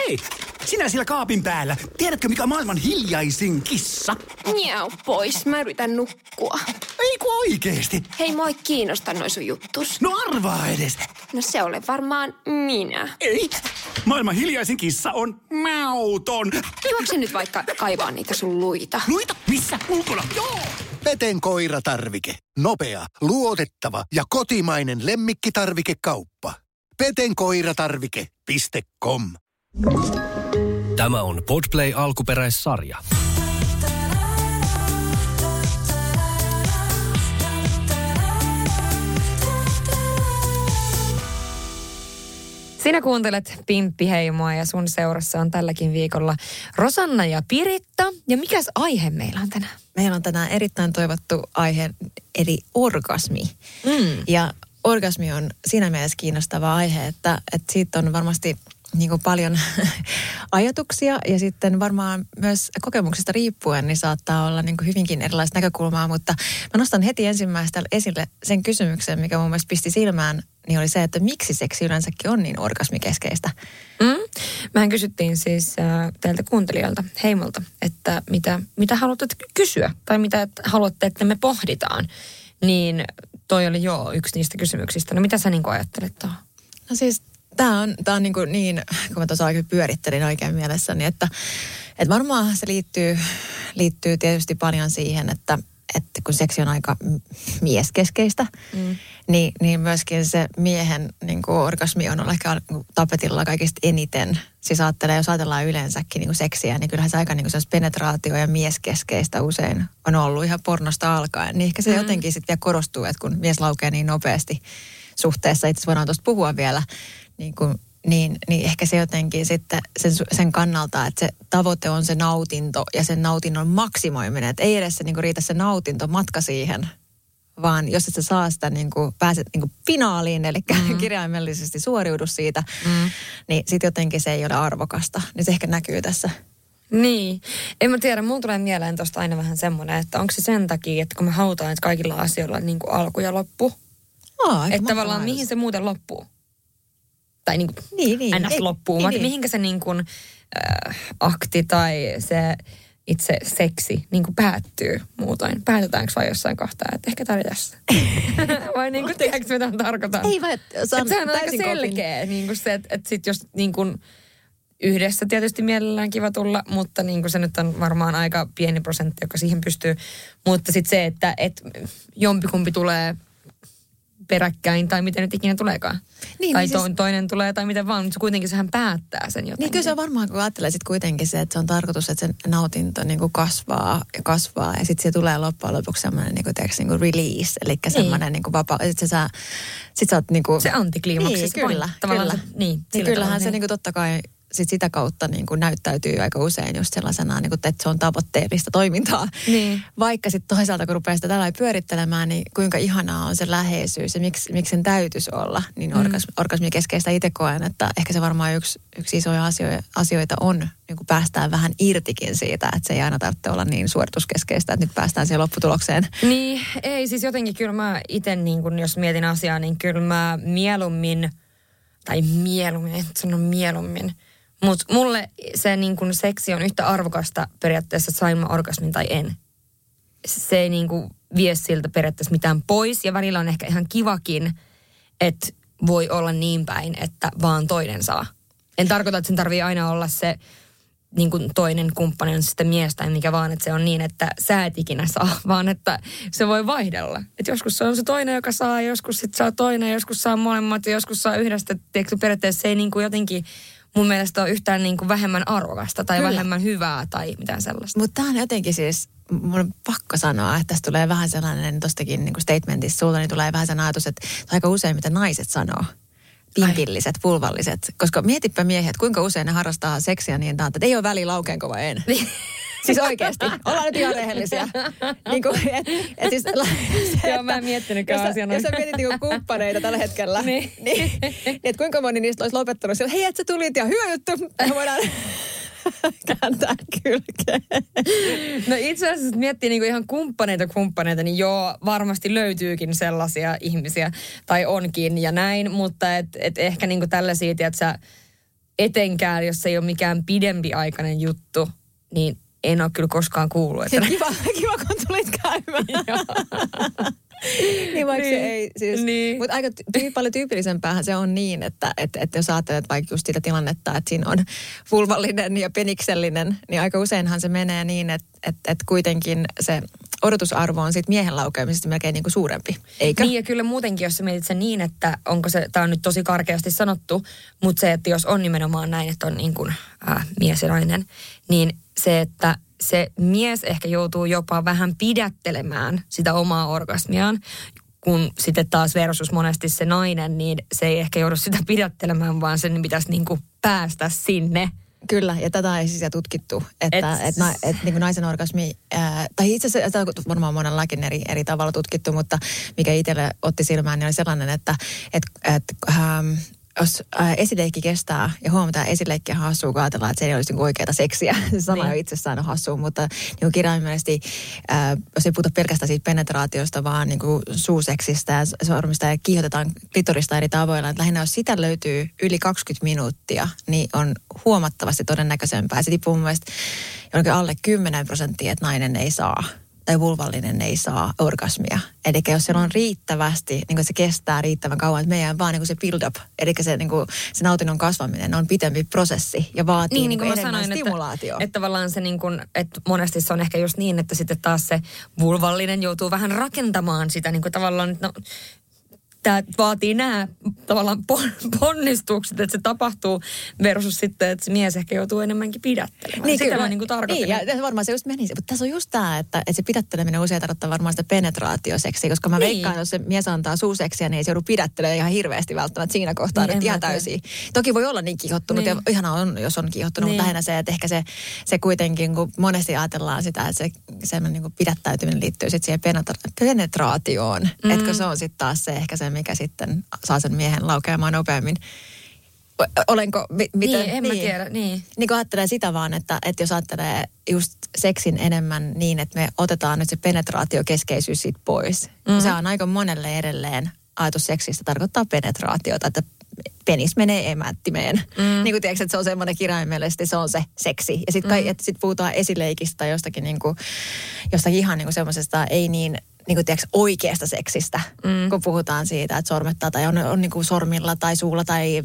Hei, sinä siellä kaapin päällä. Tiedätkö, mikä on maailman hiljaisin kissa? Miau pois, mä yritän nukkua. Ei kun oikeesti. Hei, moi kiinnosta noi sun juttus. No arvaa edes. No se ole varmaan minä. Ei. Maailman hiljaisin kissa on mauton. Juokse nyt vaikka kaivaa niitä sun luita. Luita? Missä? Ulkona? Joo! Peten koiratarvike. Nopea, luotettava ja kotimainen lemmikkitarvikekauppa. petenkoiratarvike.com. Tämä on Podplay alkuperäissarja. Sinä kuuntelet Pimppiheimoa ja sun seurassa on tälläkin viikolla Rosanna ja Piritta. Ja mikäs aihe meillä on tänään? Meillä on tänään erittäin toivottu aihe, eli orgasmi. Ja orgasmi on siinä mielessä kiinnostava aihe, että siitä on varmasti niin kuin paljon ajatuksia ja sitten varmaan myös kokemuksista riippuen niin saattaa olla niin kuin hyvinkin erilaista näkökulmaa, mutta mä nostan heti ensimmäistä esille sen kysymyksen, mikä mun mielestä pisti silmään, niin oli se, että miksi seksi yleensäkin on niin orgasmikeskeistä? Mehän kysyttiin siis teiltä kuuntelijoilta, heimolta, että mitä haluatte kysyä tai mitä haluatte, että me pohditaan. Niin toi oli yksi niistä kysymyksistä. No mitä sä niin kuin ajattelet tuohon? No siis Tämä on niin, kun mä tuossa oikein pyörittelin oikein mielessäni, että varmaan se liittyy tietysti paljon siihen, että kun seksi on aika mieskeskeistä, niin myöskin se miehen niin kuin orgasmi on ehkä tapetilla kaikista eniten. Siis jos ajatellaan yleensäkin niin kuin seksiä, niin kyllähän se aika niin kuin penetraatio- ja mieskeskeistä usein on ollut ihan pornosta alkaen. Niin ehkä se jotenkin sitten vielä korostuu, että kun mies laukee niin nopeasti suhteessa, itse voidaan tuosta puhua vielä, niin ehkä se jotenkin sitten sen kannalta, että se tavoite on se nautinto ja sen nautinnon maksimoiminen. Että ei edes se niin kuin riitä se nautinto matka siihen, vaan jos et sä saa sitä pääset finaaliin, eli kirjaimellisesti suoriudu siitä, niin sitten jotenkin se ei ole arvokasta. Niin se ehkä näkyy tässä. Niin. En mä tiedä, mulla tulee mieleen tosta aina vähän semmoinen, että onko se sen takia, että kun me halutaan, että kaikilla asioilla on niin kuin alku ja loppu. Että tavallaan mihin se muuten loppuu? Tai niin kuin ns. Loppuu. Mihinkä se niin kuin, akti tai se itse seksi niin kuin päättyy muutoin? Päätetäänkö vai jossain kohtaa? Että ehkä tämä oli tässä. Vai niin kuin, tiedätkö mitä tarkoitan? Ei vai, sehän on aika selkeä. Niin kuin se, että sit jos niin kuin yhdessä tietysti mielellään kiva tulla, mutta niin kuin se nyt on varmaan aika pieni prosentti, joka siihen pystyy. Mutta sitten se, että jompikumpi tulee peräkkäin tai miten nyt ikinä tuleekaan. Tai toinen tulee tai miten vaan, mutta kuitenkin sehän päättää sen jotenkin. Niin kyllä se on varmaan, kun ajattelee sitten kuitenkin se, että se on tarkoitus, että se nautinto niin kuin kasvaa ja sitten se tulee loppujen lopuksi semmoinen niin kuin release, eli semmoinen niin kuin vapaa. Sitten sä oot niin kuin... Se antikliimaksi. Niin, kyllä. Kyllähän se niin kuin totta kai sit sitä kautta niin kuin näyttäytyy aika usein just sellaisena, niin kuin, että se on tavoitteellista toimintaa. Niin. Vaikka sitten toisaalta, kun rupeaa sitä tällä pyörittelemään, niin kuinka ihanaa on se läheisyys ja miksi sen täytyisi olla niin orgasmikeskeistä itse koen, että ehkä se varmaan yksi isoja asioita on niin kuin päästään vähän irtikin siitä, että se ei aina tarvitse olla niin suorituskeskeistä, että nyt päästään siihen lopputulokseen. Niin, ei siis jotenkin kyllä mä itse, niin kun jos mietin asiaa, niin kyllä mä mieluummin, en sano mieluummin, mutta mulle se niin kun seksi on yhtä arvokasta periaatteessa, että sain mä orgasmin tai en. Se ei niin kun vie siltä periaatteessa mitään pois ja välillä on ehkä ihan kivakin, että voi olla niin päin, että vaan toinen saa. En tarkoita, että sen tarvii aina olla se niin kuin toinen kumppani on sitten mies tai mikä vaan, että se on niin, että sä et ikinä saa, vaan että se voi vaihdella. Että joskus se on se toinen, joka saa, joskus sitten saa toinen, joskus saa molemmat ja joskus saa yhdestä. Tiedätkö, periaatteessa se ei niin kuin jotenkin mun mielestä ole yhtään niin kuin vähemmän arvokasta tai vähemmän hyvää tai mitään sellaista. Mutta tämä on jotenkin siis, mun on pakko sanoa, että tästä tulee vähän sellainen, tostakin niin kuin statementissa sulta, niin tulee vähän sellainen ajatus, että aika usein mitä naiset sanoo. Pimpilliset, pulvalliset. Koska mietipä miehet, kuinka usein ne harrastaa seksiä niin, että ei ole väliä laukeenko vai en. Siis oikeasti. Ollaan nyt ihan rehellisiä. Niin kuin, siis, joo, mä en miettinytkään asiana. Jos sä mietit niin kumppaneita tällä hetkellä, niin että kuinka moni niistä olisi lopettanut sillä, hei, että sä tulit ja hyvä juttu. Me voidaan kääntää kylkeen. No itse asiassa miettii niinku ihan kumppaneita, niin joo, varmasti löytyykin sellaisia ihmisiä, tai onkin ja näin, mutta et ehkä niinku tällaisia, että sä etenkään, jos ei ole mikään pidempiaikainen juttu, niin en ole kyllä koskaan kuullut. Että... Kiva, kun tulit käymään. Niin vaikka se ei siis, mutta aika paljon tyypillisempäähän se on niin, että jos ajattelet vaikka just sitä tilannetta, että siinä on vulvallinen ja peniksellinen, niin aika useinhan se menee niin, että kuitenkin se odotusarvo on siitä miehen laukeamisesta melkein niin kuin suurempi, eikö? Niin ja kyllä muutenkin, jos sä mietit sen niin, että onko se, tää on nyt tosi karkeasti sanottu, mutta se, että jos on nimenomaan näin, että on niin kuin mies ja nainen, niin se, että se mies ehkä joutuu jopa vähän pidättelemään sitä omaa orgasmiaan, kun sitten taas versus monesti se nainen, niin se ei ehkä joudu sitä pidättelemään, vaan sen pitäisi niin kuin päästä sinne. Kyllä, ja tätä ei siis tutkittu, että niin kuin naisen orgasmi, tai itse asiassa tätä on varmaan monellakin eri tavalla tutkittu, mutta mikä itselle otti silmään, niin oli sellainen, että jos esileikki kestää ja huomataan esileikkiä hassua, kun ajatellaan, että se ei olisi oikeaa seksiä. Se sana jo itsessään on hassua, mutta niin kirjaimellisesti, jos ei puhuta pelkästään siitä penetraatiosta, vaan niin kuin suuseksistä ja sormista ja kiihotetaan klitorista eri tavoilla. Että lähinnä jos sitä löytyy yli 20 minuuttia, niin on huomattavasti todennäköisempää. Se tippuu mun mielestä jonnekin alle 10%, että nainen ei saa tai vulvallinen ei saa orgasmia. Eli jos siellä on riittävästi, niin kuin se kestää riittävän kauan, että meidän vaan niin kuin se build-up, eli se, niin kuin, se nautinnon kasvaminen on pitempi prosessi ja vaatii niin kuin enemmän stimulaatioa. Että tavallaan se niin kuin, että monesti se on ehkä just niin, että sitten taas se vulvallinen joutuu vähän rakentamaan sitä niin kuin tavallaan, että no, tämä vaatii nämä tavallaan ponnistukset, että se tapahtuu versus sitten, että se mies ehkä joutuu enemmänkin pidättelemään. Niin, sitä mä niin kuin tarkoitin. Niin, ja varmaan se just meni. Mutta tässä on just tämä, että se pidätteleminen usein tarkoittaa varmaan sitä penetraatioseksiä, koska mä veikkaan, jos se mies antaa suuseksiä, niin ei se joudu pidättelemään ihan hirveästi välttämättä siinä kohtaa nyt ihan täysin. Toki voi olla niin kiihottunut, ja ihanaa on, jos on kiihottunut, mutta lähinnä se, että ehkä se kuitenkin, kun monesti ajatellaan sitä, että se niin kuin pidättäytyminen liittyy sitten siihen penetraatioon, etkö se on sitten taas se ehkä se, mikä sitten saa sen miehen laukeamaan nopeammin. Olenko, miten? Niin, en mä tiedä, niin. Niin kun ajattelee sitä vaan, että jos ajattelee just seksin enemmän niin, että me otetaan nyt se penetraatiokeskeisyys siitä pois. Se on aika monelle edelleen ajatus seksistä tarkoittaa penetraatiota, että penis menee emättimeen. Niin kuin tiedätkö, että se on semmoinen kirjaimellisesti, se on se seksi. Ja sitten sit puhutaan esileikistä tai jostakin ihan niin kuin semmoisesta ei niin kuin tiedätkö, oikeasta seksistä, kun puhutaan siitä, että sormettaa tai on niin kuin sormilla tai suulla tai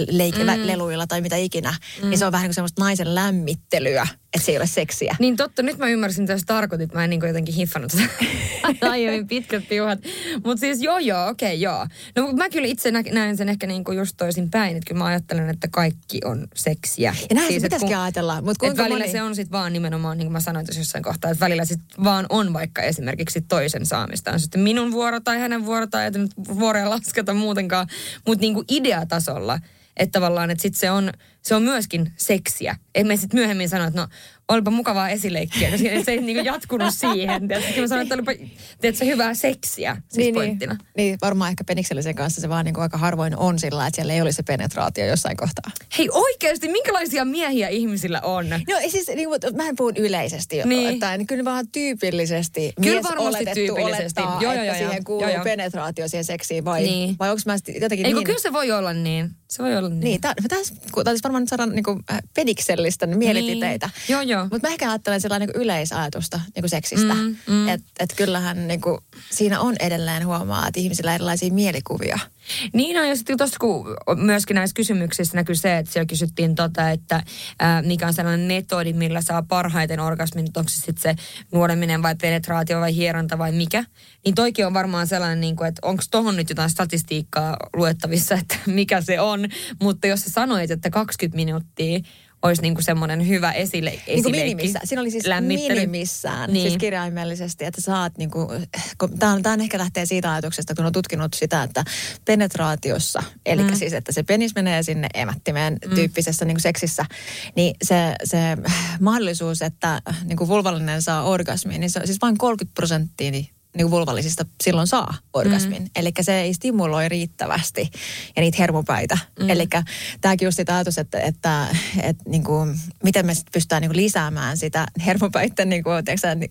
leluilla tai mitä ikinä. Niin se on vähän niin kuin semmoista naisen lämmittelyä, että se ei ole seksiä. Niin totta, nyt mä ymmärsin, mitä sä tarkoitit. Mä en niin kuin jotenkin hiffannut sitä aiemmin pitkät piuhat. Mutta siis okei. No mä kyllä itse näen sen ehkä niin kuin just toisin päin. Että kyllä mä ajattelen, että kaikki on seksiä. Ja näin siis, se pitäisikin ajatella. Mutta että välillä se on sitten vaan nimenomaan, niin kuin mä sanoin tuossa jossain kohtaa, että välillä sitten vaan on vaikka esimerkiksi toisen saamista. On sitten minun vuoro tai hänen vuoro tai ei nyt vuoroja lasketa muutenkaan. Mutta niin kuin ideatasolla, että tavallaan, että sitten se on myöskin seksiä. Emme sitten myöhemmin sano, että no olipa mukavaa esileikkiä. Se ei niinku jatkunut siihen. Sitten mä sanoin, että olipa se hyvää seksiä, siis pointtina. Niin, varmaan ehkä peniksellisen kanssa se vaan niinku aika harvoin on sillä, että siellä ei olisi se penetraatio jossain kohtaa. Hei oikeasti, minkälaisia miehiä ihmisillä on? No siis, mä en puhu yleisesti. Niin. Että kyllä vaan tyypillisesti kyllä mies varmasti tyypillisesti. Olettaa, että siihen kuuluu penetraatio siihen seksiin vai onko mä jotenkin niin? Kyllä se voi olla niin. Se voi olla niin. Niin, tässä varmaan nyt saadaan niinku peniksellistä mielipiteitä. Niin. Joo. Mutta mä ehkä ajattelen sellainen niinku yleisajatusta niinku seksistä. Että kyllähän niinku, siinä on edelleen huomaa, että ihmisillä on erilaisia mielikuvia. Niin on, ja sitten tuossa kun myöskin näissä kysymyksissä näkyy se, että siellä kysyttiin että mikä on sellainen metodi, millä saa parhaiten orgasmin, onko se sitten se nuoleminen vai penetraatio vai hieronta vai mikä. Niin toikin on varmaan sellainen, niin kuin, että onko tohon nyt jotain statistiikkaa luettavissa, että mikä se on. Mutta jos sä sanoit, että 20 minuuttia olisi niinku semmoinen hyvä esileikki. Niin kuin minimissään. Siinä oli siis minimissään, siis kirjaimellisesti, että saat niinku, tämä ehkä lähtee siitä ajatuksesta, kun on tutkinut sitä, että penetraatiossa, eli siis, että se penis menee sinne emättimeen tyyppisessä niinku seksissä, niin se mahdollisuus, että niinku vulvallinen saa orgasmin, niin se on siis vain 30% niin vulvallisista silloin saa orgasmin. Eli se ei stimuloi riittävästi ja niitä hermopäitä. Eli tämäkin just sitä ajatus, että niin kuin, miten me pystytään niin kuin lisäämään sitä hermopäitten niin kuin,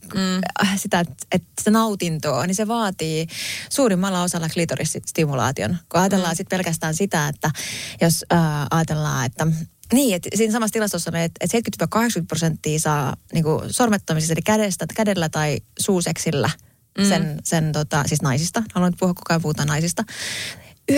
sitä, että sitä nautintoa, niin se vaatii suurimmalla osalla klitorisstimulaation. Kun ajatellaan sitten pelkästään sitä, että jos ajatellaan, että Niin, että siinä samassa tilastossa on, että 70-80% saa niin kuin sormettamisesta, eli kädellä tai suuseksillä siis naisista. Haluan nyt puhua, koko ajan puhutaan naisista. 93%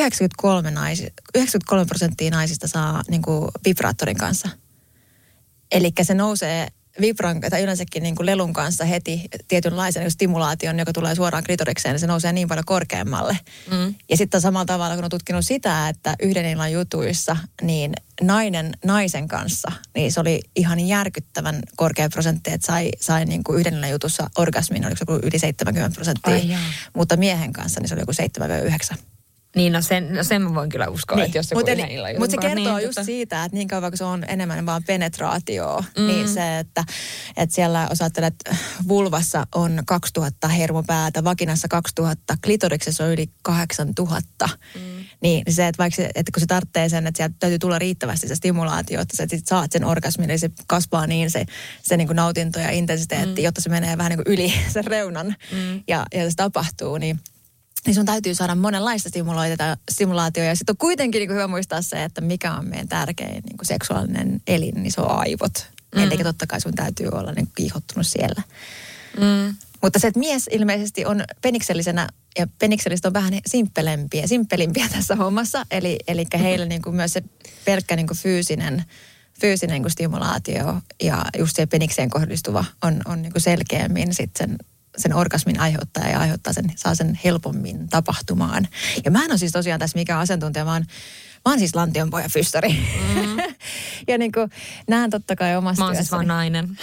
naisista saa niin kuin vibraattorin kanssa. Eli se nousee vibran tai yleensäkin niin kuin lelun kanssa heti tietynlaisen niin stimulaation, joka tulee suoraan klitorikseen, niin se nousee niin paljon korkeammalle. Ja sitten samalla tavalla, kun on tutkinut sitä, että yhden illan jutuissa, niin naisen kanssa, niin se oli ihan järkyttävän korkea prosentti, että sai niin kuin yhden illan jutussa orgasmin, oliko se yli 70%, mutta miehen kanssa niin se oli joku 7-9%. Niin, sen mä voin kyllä uskoa, niin. Että jos joku yhden illan mutta se kertoo just siitä, että niin kauan kun se on enemmän vaan penetraatioa, niin se, että siellä jos ajattelet, että vulvassa on 2000 hermopäätä, vaginassa 2000, klitoriksessa on yli 8000. Niin se, että vaikka että kun se tarvitsee sen, että sieltä täytyy tulla riittävästi se stimulaatio, että sä sit saat sen orgasmin, niin se kasvaa niin se niin kuin nautinto ja intensiteetti, jotta se menee vähän niin kuin yli sen reunan ja se tapahtuu, niin sun täytyy saada monenlaista stimulaatiota. Ja sitten on kuitenkin niin kuin hyvä muistaa se, että mikä on meidän tärkein niin kuin seksuaalinen elin, niin se on aivot. Eli totta kai sun täytyy olla niin kuin kiihottunut siellä. Mutta se, että mies ilmeisesti on peniksellisenä, ja penikselliset on vähän simppelimpiä tässä hommassa. Eli heillä niin kuin myös se pelkkä niin kuin fyysinen niin kuin stimulaatio ja just se penikseen kohdistuva on niin kuin selkeämmin sitten sen orgasmin aiheuttaa ja saa sen helpommin tapahtumaan. Ja mä en ole siis tosiaan tässä mikään asiantuntija, mä oon siis lantionpojafystari. Ja niin kuin näen totta kai omassa Mä oon siis vaan nainen.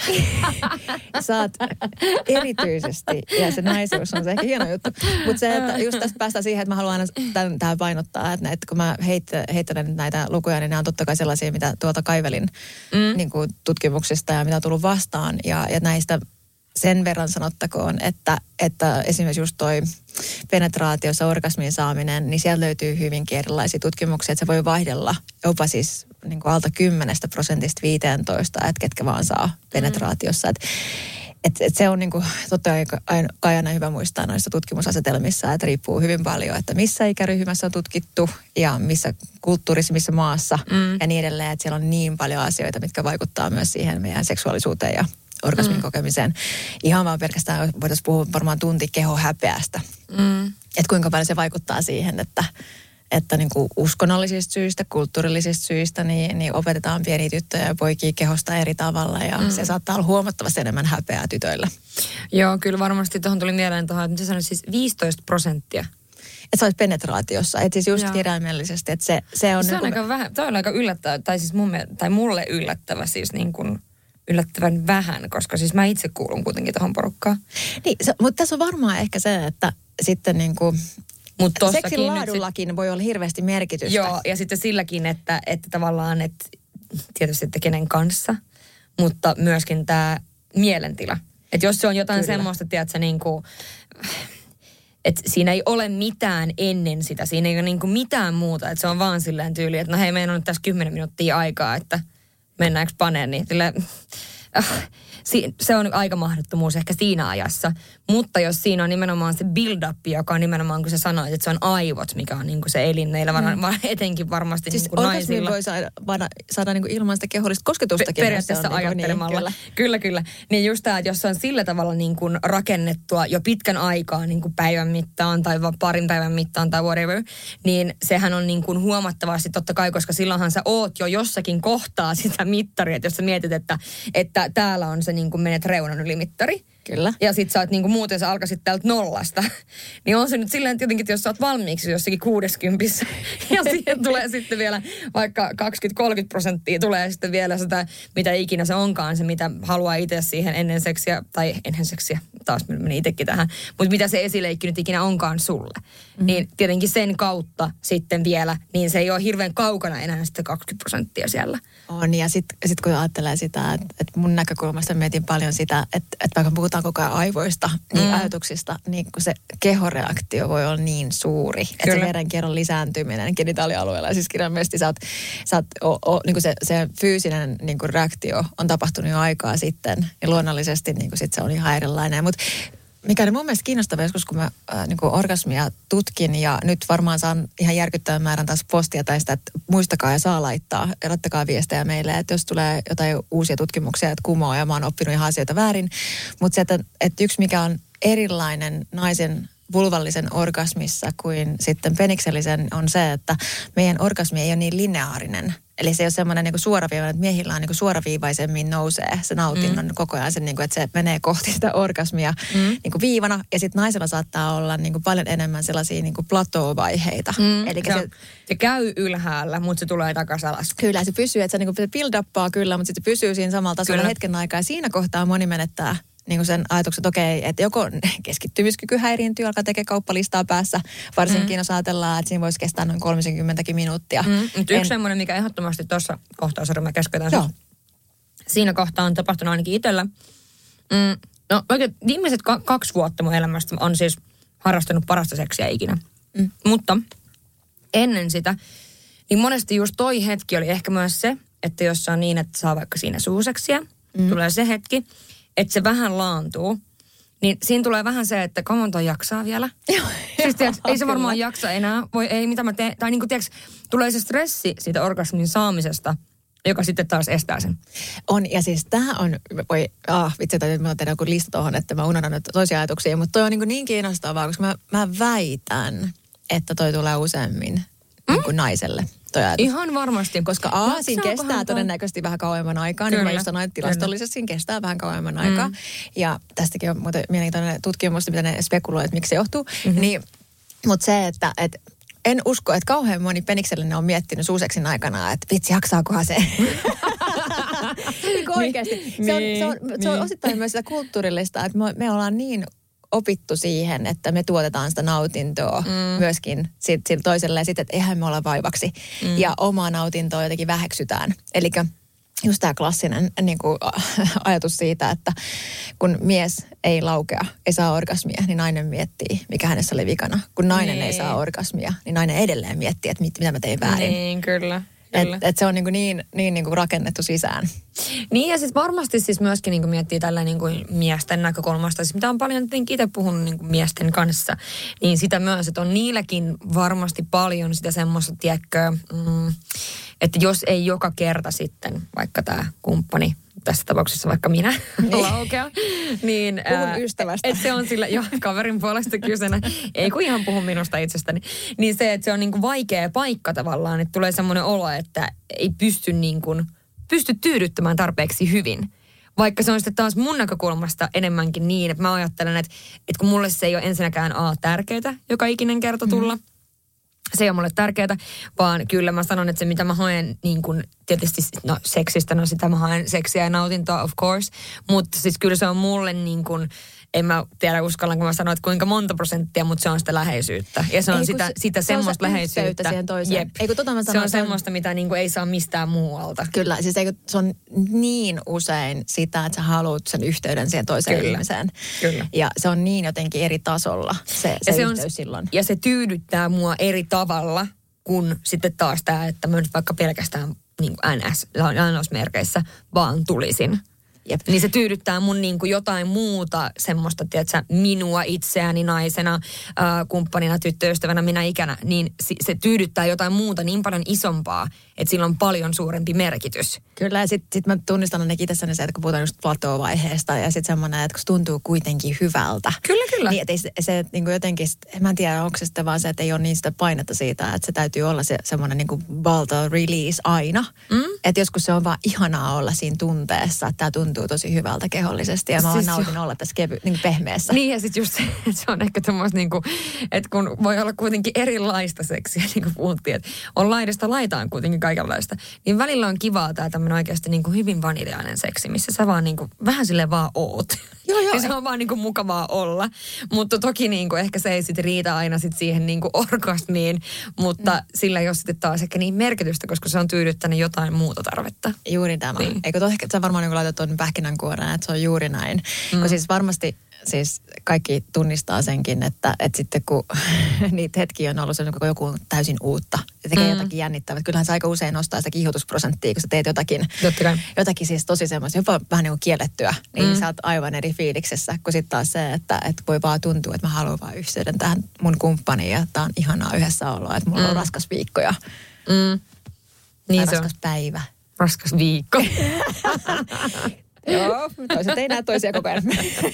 Sä oot erityisesti, ja se naisuus on se ehkä hieno juttu. Mutta se, että just tästä päästään siihen, että mä haluan aina tähän painottaa, että kun mä heittelen näitä lukuja, niin nämä on totta kai sellaisia, mitä tuolta kaivelin niin kuin tutkimuksista ja mitä on tullut vastaan. Ja näistä sen verran sanottakoon, että esimerkiksi just toi penetraatiossa orgasmin saaminen, niin sieltä löytyy hyvinkin erilaisia tutkimuksia, että se voi vaihdella jopa siis niin kuin alta 10% 15%, että ketkä vaan saa penetraatiossa. Että se on niin kuin, totta kai aina hyvä muistaa noissa tutkimusasetelmissa, että riippuu hyvin paljon, että missä ikäryhmässä on tutkittu ja missä kulttuurissa, missä maassa ja niin edelleen. Että siellä on niin paljon asioita, mitkä vaikuttaa myös siihen meidän seksuaalisuuteen ja orgasmin kokemiseen. Ihan vaan pelkästään voitaisiin puhua varmaan tunti kehohäpeästä. Että kuinka paljon se vaikuttaa siihen, että niin kuin uskonnollisista syistä, kulttuurillisista syistä, niin opetetaan pieniä tyttöjä ja poikia kehosta eri tavalla. Ja se saattaa olla huomattavasti enemmän häpeää tytöillä. Joo, kyllä varmasti tuohon tuli mieleen että mitä sanoit siis 15%. Että se olisi penetraatiossa, että siis just kirjaimellisesti, että se on... Se on aika vähän, toi on aika yllättävä, tai siis mulle yllättävä siis niin kuin yllättävän vähän, koska siis mä itse kuulun kuitenkin tuohon porukkaan. Niin, mutta tässä on varmaan ehkä se, että sitten niin kuin seksin laadullakin voi olla hirveästi merkitystä. Joo, ja sitten silläkin, että tavallaan, että tietysti että kenen kanssa, mutta myöskin tämä mielentila. Että jos se on jotain semmoista, tiedätkö, niin kuin, että siinä ei ole mitään ennen sitä, siinä ei ole niin kuin mitään muuta, että se on vaan silleen tyyli, että no hei, meillä on nyt tässä 10 minuuttia aikaa, että mennäänkö paneen, niin se on aika mahdottomuus ehkä siinä ajassa. Mutta jos siinä on nimenomaan se build-up, joka on nimenomaan, kun sä sanoit, että se on aivot, mikä on niin kuin se elin meillä, etenkin varmasti siis niin kuin naisilla. Siis voi saada niin kuin ilman sitä kehollista kosketustakin. Periaatteessa on ajattelemalla. Niin, kyllä. Niin just tämä, että jos se on sillä tavalla niin kuin rakennettua jo pitkän aikaa niin kuin päivän mittaan tai parin päivän mittaan tai whatever, niin sehän on niin kuin huomattavasti totta kai, koska silloinhan sä oot jo jossakin kohtaa sitä mittaria, että jos sä mietit, että täällä on se niin kuin menet reunan yli mittari. Kyllä. Ja sit sä oot niinku muuten sä alkaisit täältä nollasta. Niin on se nyt silleen tietenkin, että jos sä oot valmiiksi jossakin 60 ja siihen tulee sitten vielä vaikka 20-30% tulee sitten vielä sitä, mitä ikinä se onkaan, se mitä haluaa itse siihen ennen seksiä, taas meni itsekin tähän, mutta mitä se esileikki nyt ikinä onkaan sulle. Niin tietenkin sen kautta sitten vielä, niin se ei ole hirveän kaukana enää sitten 20% siellä. On, ja sit kun ajattelee sitä, että mun näkökulmasta mietin paljon sitä, että vaikka puhutaan koko ajan aivoista, niin ajatuksista, niin kun se kehoreaktio voi olla niin suuri, että se verenkierron lisääntyminen genitaalialueella, siis kirjaimellisesti niin kuin se fyysinen niin kuin reaktio on tapahtunut jo aikaa sitten, ja luonnollisesti niin kuin sit se on ihan erilainen, mutta mikä oli mun mielestä kiinnostavaa joskus, kun mä niin orgasmia tutkin ja nyt varmaan saan ihan järkyttävän määrän taas postia tai sitä, että muistakaa ja saa laittaa ja laittakaa viestejä meille, että jos tulee jotain uusia tutkimuksia, että kumoa ja mä oon oppinut ihan asioita väärin. Mutta se, että yksi mikä on erilainen naisen vulvallisen orgasmissa kuin sitten peniksellisen on se, että meidän orgasmi ei ole niin lineaarinen. Eli se ei ole semmoinen niin suoraviivainen, että miehillä on niin suoraviivaisemmin nousee se nautinnon koko ajan, sen, niin kuin, että se menee kohti sitä orgasmia niin kuin viivana. Ja sitten naisella saattaa olla niin kuin paljon enemmän sellaisia niin kuin plateau-vaiheita. Eli se käy ylhäällä, mutta se tulee takaisin alas. Kyllä, se pysyy, että se niin kuin build-uppaa kyllä, mutta sitten se pysyy siinä samalla tasolla hetken aikaa. Ja siinä kohtaa moni menettää niin kuin sen ajatuksen, että okei, että joko keskittymiskyky häiriintyy, alkaa tekemään kauppalistaa päässä. Varsinkin jos ajatellaan, että siinä voisi kestää noin 30 minuuttia. Mutta yksi semmoinen, mikä ehdottomasti tuossa kohtaa, sorry, mä keskeytän. Siinä kohtaa on tapahtunut ainakin itsellä. No oikein viimeiset 2 vuotta mun elämästä on siis harrastanut parasta seksiä ikinä. Mutta ennen sitä, niin monesti just toi hetki oli ehkä myös se, että jos on niin, että saa vaikka siinä suuseksiä, tulee se hetki, että se vähän laantuu, niin siinä tulee vähän se, että kauan toi jaksaa vielä. Siis tiiäks, ei se varmaan jaksa enää. Ei mitä mä teen. Tai niin kuin tiiäks, tulee se stressi siitä orgasmin saamisesta, joka sitten taas estää sen. On, ja siis tämä on, vitsi, täytyy mä tehdä joku lista tuohon, että mä unohdan nyt toisia ajatuksia, mutta toi on niin kiinnostavaa, koska mä väitän, että toi tulee useammin niin kuin naiselle. Ihan varmasti. Koska siinä kestää todennäköisesti vähän kauemman aikaa. Niin kuin just sanoin, tilastollisesti siinä kestää vähän kauemman aikaa. Ja tästäkin on muuten mielenkiintoinen tutkimus, mitä ne spekuloivat, että miksi se johtuu. Mutta se, että en usko, että kauhean moni peniksellinen on miettinyt suuseksin aikana, että vitsi, jaksaakohan se. Niin oikeasti. Se on osittain myös sitä kulttuurillista, että me ollaan niin opittu siihen, että me tuotetaan sitä nautintoa myöskin sillä toiselle ja sitten, että eihän me olla vaivaksi. Ja omaa nautintoa jotenkin väheksytään. Eli just tämä klassinen niin kuin, ajatus siitä, että kun mies ei laukea, ei saa orgasmia, niin nainen miettii, mikä hänessä oli vikana. Kun nainen ei saa orgasmia, niin nainen edelleen miettii, että mitä mä tein väärin. Niin, kyllä. Että se on niin rakennettu sisään. Niin ja siis varmasti siis myöskin niin kuin miettii tällä niin kuin miesten näkökulmasta, siis mitä on paljon itse puhunut niin kuin miesten kanssa, niin sitä myös, että on niilläkin varmasti paljon sitä semmoista, tiedätkö, että jos ei joka kerta sitten vaikka tämä kumppani, tässä tapauksessa vaikka minä laukea, niin puhun ystävästä. Että se on sillä, kaverin puolesta kyseenä, ei kun ihan puhu minusta itsestäni, niin se, että se on niin kuin vaikea paikka tavallaan, että tulee semmoinen olo, että ei pysty tyydyttämään tarpeeksi hyvin. Vaikka se on sitten taas mun näkökulmasta enemmänkin niin, että mä ajattelen, että kun mulle se ei ole ensinnäkään tärkeää joka ikinen kerta tulla. Se ei ole mulle tärkeää, vaan kyllä mä sanon, että se mitä mä haen niin kuin, tietysti seksistä, no sitä mä haen seksiä ja nautintoa of course, mutta siis kyllä se on mulle niin kuin, en mä tiedä uskallanko mä sanoa, että kuinka monta prosenttia, mutta se on sitä läheisyyttä. Ja se on sitä semmoista läheisyyttä. Siihen toiseen. Jep. Se on semmoista, mitä niinku ei saa mistään muualta. Kyllä, siis se on niin usein sitä, että sä haluat sen yhteyden siihen toiseen ihmiseen. Kyllä. Ja se on niin jotenkin eri tasolla se yhteys silloin. Ja se tyydyttää mua eri tavalla kuin sitten taas tämä, että mä nyt vaikka pelkästään niin kuin NS-lainausmerkeissä vaan tulisin. Jep. Niin se tyydyttää mun niin kuin jotain muuta semmoista, tiedätkö, minua itseäni naisena, kumppanina, tyttöystävänä, minä ikänä, niin se tyydyttää jotain muuta niin paljon isompaa, että sillä on paljon suurempi merkitys. Kyllä, ja sit mä tunnistan ainakin itsessäni se, että kun puhutaan just plateau-vaiheesta ja sitten semmoinen, että kun se tuntuu kuitenkin hyvältä. Kyllä. Niin, että se niin kuin jotenkin, mä en tiedä, onko se sitten vaan se, että ei ole niin sitä painetta siitä, että se täytyy olla se semmoinen niin kuin valta release aina. Että joskus se on vaan ihanaa olla siinä tunteessa, että tämä tuntuu tosi hyvältä kehollisesti ja mä siis nautin olla tässä niin pehmeässä. Niin ja sitten just se on ehkä tämmöistä niin kuin, että kun voi olla kuitenkin erilaista seksiä, niin kuin puhuttiin, että on laidasta laitaan kuitenkin kaikenlaista, niin välillä on kivaa tämä tämmöinen oikeasti niin kuin hyvin vaniljainen seksi, missä sä vaan niin kuin, vähän silleen vaan oot. Joo. Ja se on vaan niin kuin mukavaa olla. Mutta toki niin kuin, ehkä se ei sitten riitä aina sit siihen niin kuin orgasmiin, mutta sillä ei ole sitten taas ehkä niin merkitystä, koska se on tyydyttänyt jotain muuta muuta tarvetta. Juuri tämä. Niin. Eikö ehkä sä varmaan niin laitat tuon pähkinänkuoreen, että se on juuri näin. Kun siis varmasti siis kaikki tunnistaa senkin, että sitten kun niitä hetkiä on ollut se, kun joku on täysin uutta ja tekee jotakin jännittävää. Kyllähän se aika usein nostaa sitä kiihotusprosenttia, kun sä teet jotakin siis tosi semmoista, jopa vähän niin kuin kiellettyä. Niin sä oot aivan eri fiiliksessä, kun sitten taas se, että voi vaan tuntua, että mä haluan vaan yhteyden tähän mun kumppaniin ja tää on ihanaa yhdessä olla, että mulla on raskas viikko ja Niin raskas päivä. Raskas viikko. Joo, toiset ei näe toisia koko ajan.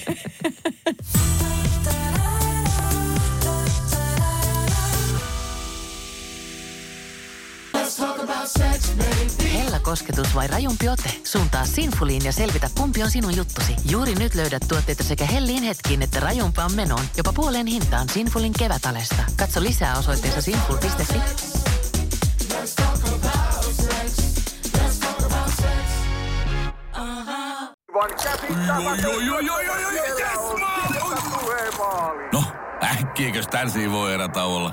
Hellä kosketus vai rajumpi ote? Suuntaa Sinfuliin ja selvitä, kumpi on sinun juttusi. Juuri nyt löydät tuotteita sekä helliin hetkiin että rajumpaan menoon. Jopa puoleen hintaan Sinfulin kevätalesta. Katso lisää osoitteessa sinful.fi. No, äkkiäkös tän voi erätä olla?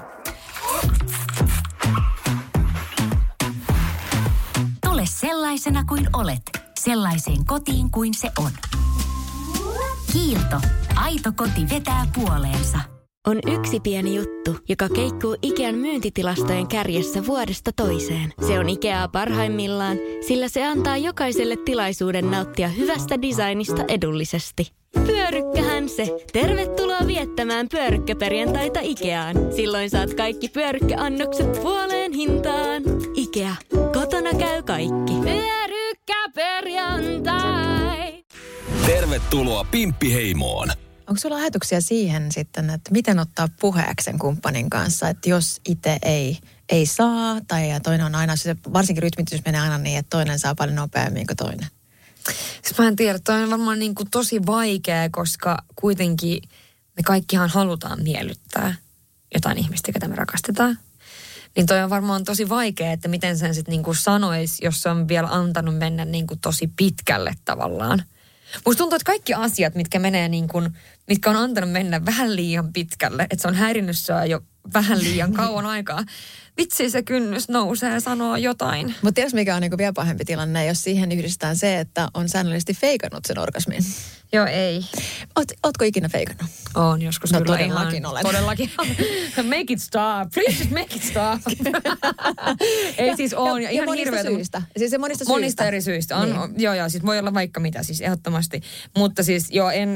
Tule sellaisena kuin olet, sellaiseen kotiin kuin se on. Kiilto. Aito koti vetää puoleensa. On yksi pieni juttu, joka keikkuu Ikean myyntitilastojen kärjessä vuodesta toiseen. Se on Ikeaa parhaimmillaan, sillä se antaa jokaiselle tilaisuuden nauttia hyvästä designista edullisesti. Pyörykkähän se! Tervetuloa viettämään pyörykkäperjantaita Ikeaan. Silloin saat kaikki pyörykkäannokset puoleen hintaan. Ikea. Kotona käy kaikki. Pyörykkäperjantai! Tervetuloa Pimppiheimoon. Onko sulla ajatuksia siihen sitten, että miten ottaa puheeksi sen kumppanin kanssa, että jos itse ei saa, tai toinen on aina, varsinkin rytmitys menee aina niin, että toinen saa paljon nopeammin kuin toinen? Siis mä en tiedä, toi on varmaan niin kuin tosi vaikea, koska kuitenkin me kaikkihan halutaan miellyttää jotain ihmistä, ketä me rakastetaan. Niin toi on varmaan tosi vaikea, että miten sen sitten niin kuin sanoisi, jos se on vielä antanut mennä niin kuin tosi pitkälle tavallaan. Musta tuntuu, että kaikki asiat, mitkä menee niin kuin, mitkä on antanut mennä vähän liian pitkälle, että se on häirinnyt sua jo vähän liian kauan aikaa. Vitsi, se kynnys nousee ja sanoo jotain. Mutta tiedätkö, mikä on niinku vielä pahempi tilanne, jos siihen yhdistetään se, että on säännöllisesti feikannut sen orgasmin? Joo, ei. Ootko ikinä feikannut? Oon joskus. No todellakin olen. Todellakin. Make it stop. Please make it stop. Ei siis on. Ja ihan monista syistä. Siis se monista eri syistä. On, niin. Joo, siis voi olla vaikka mitä, siis ehdottomasti. Mutta siis joo, en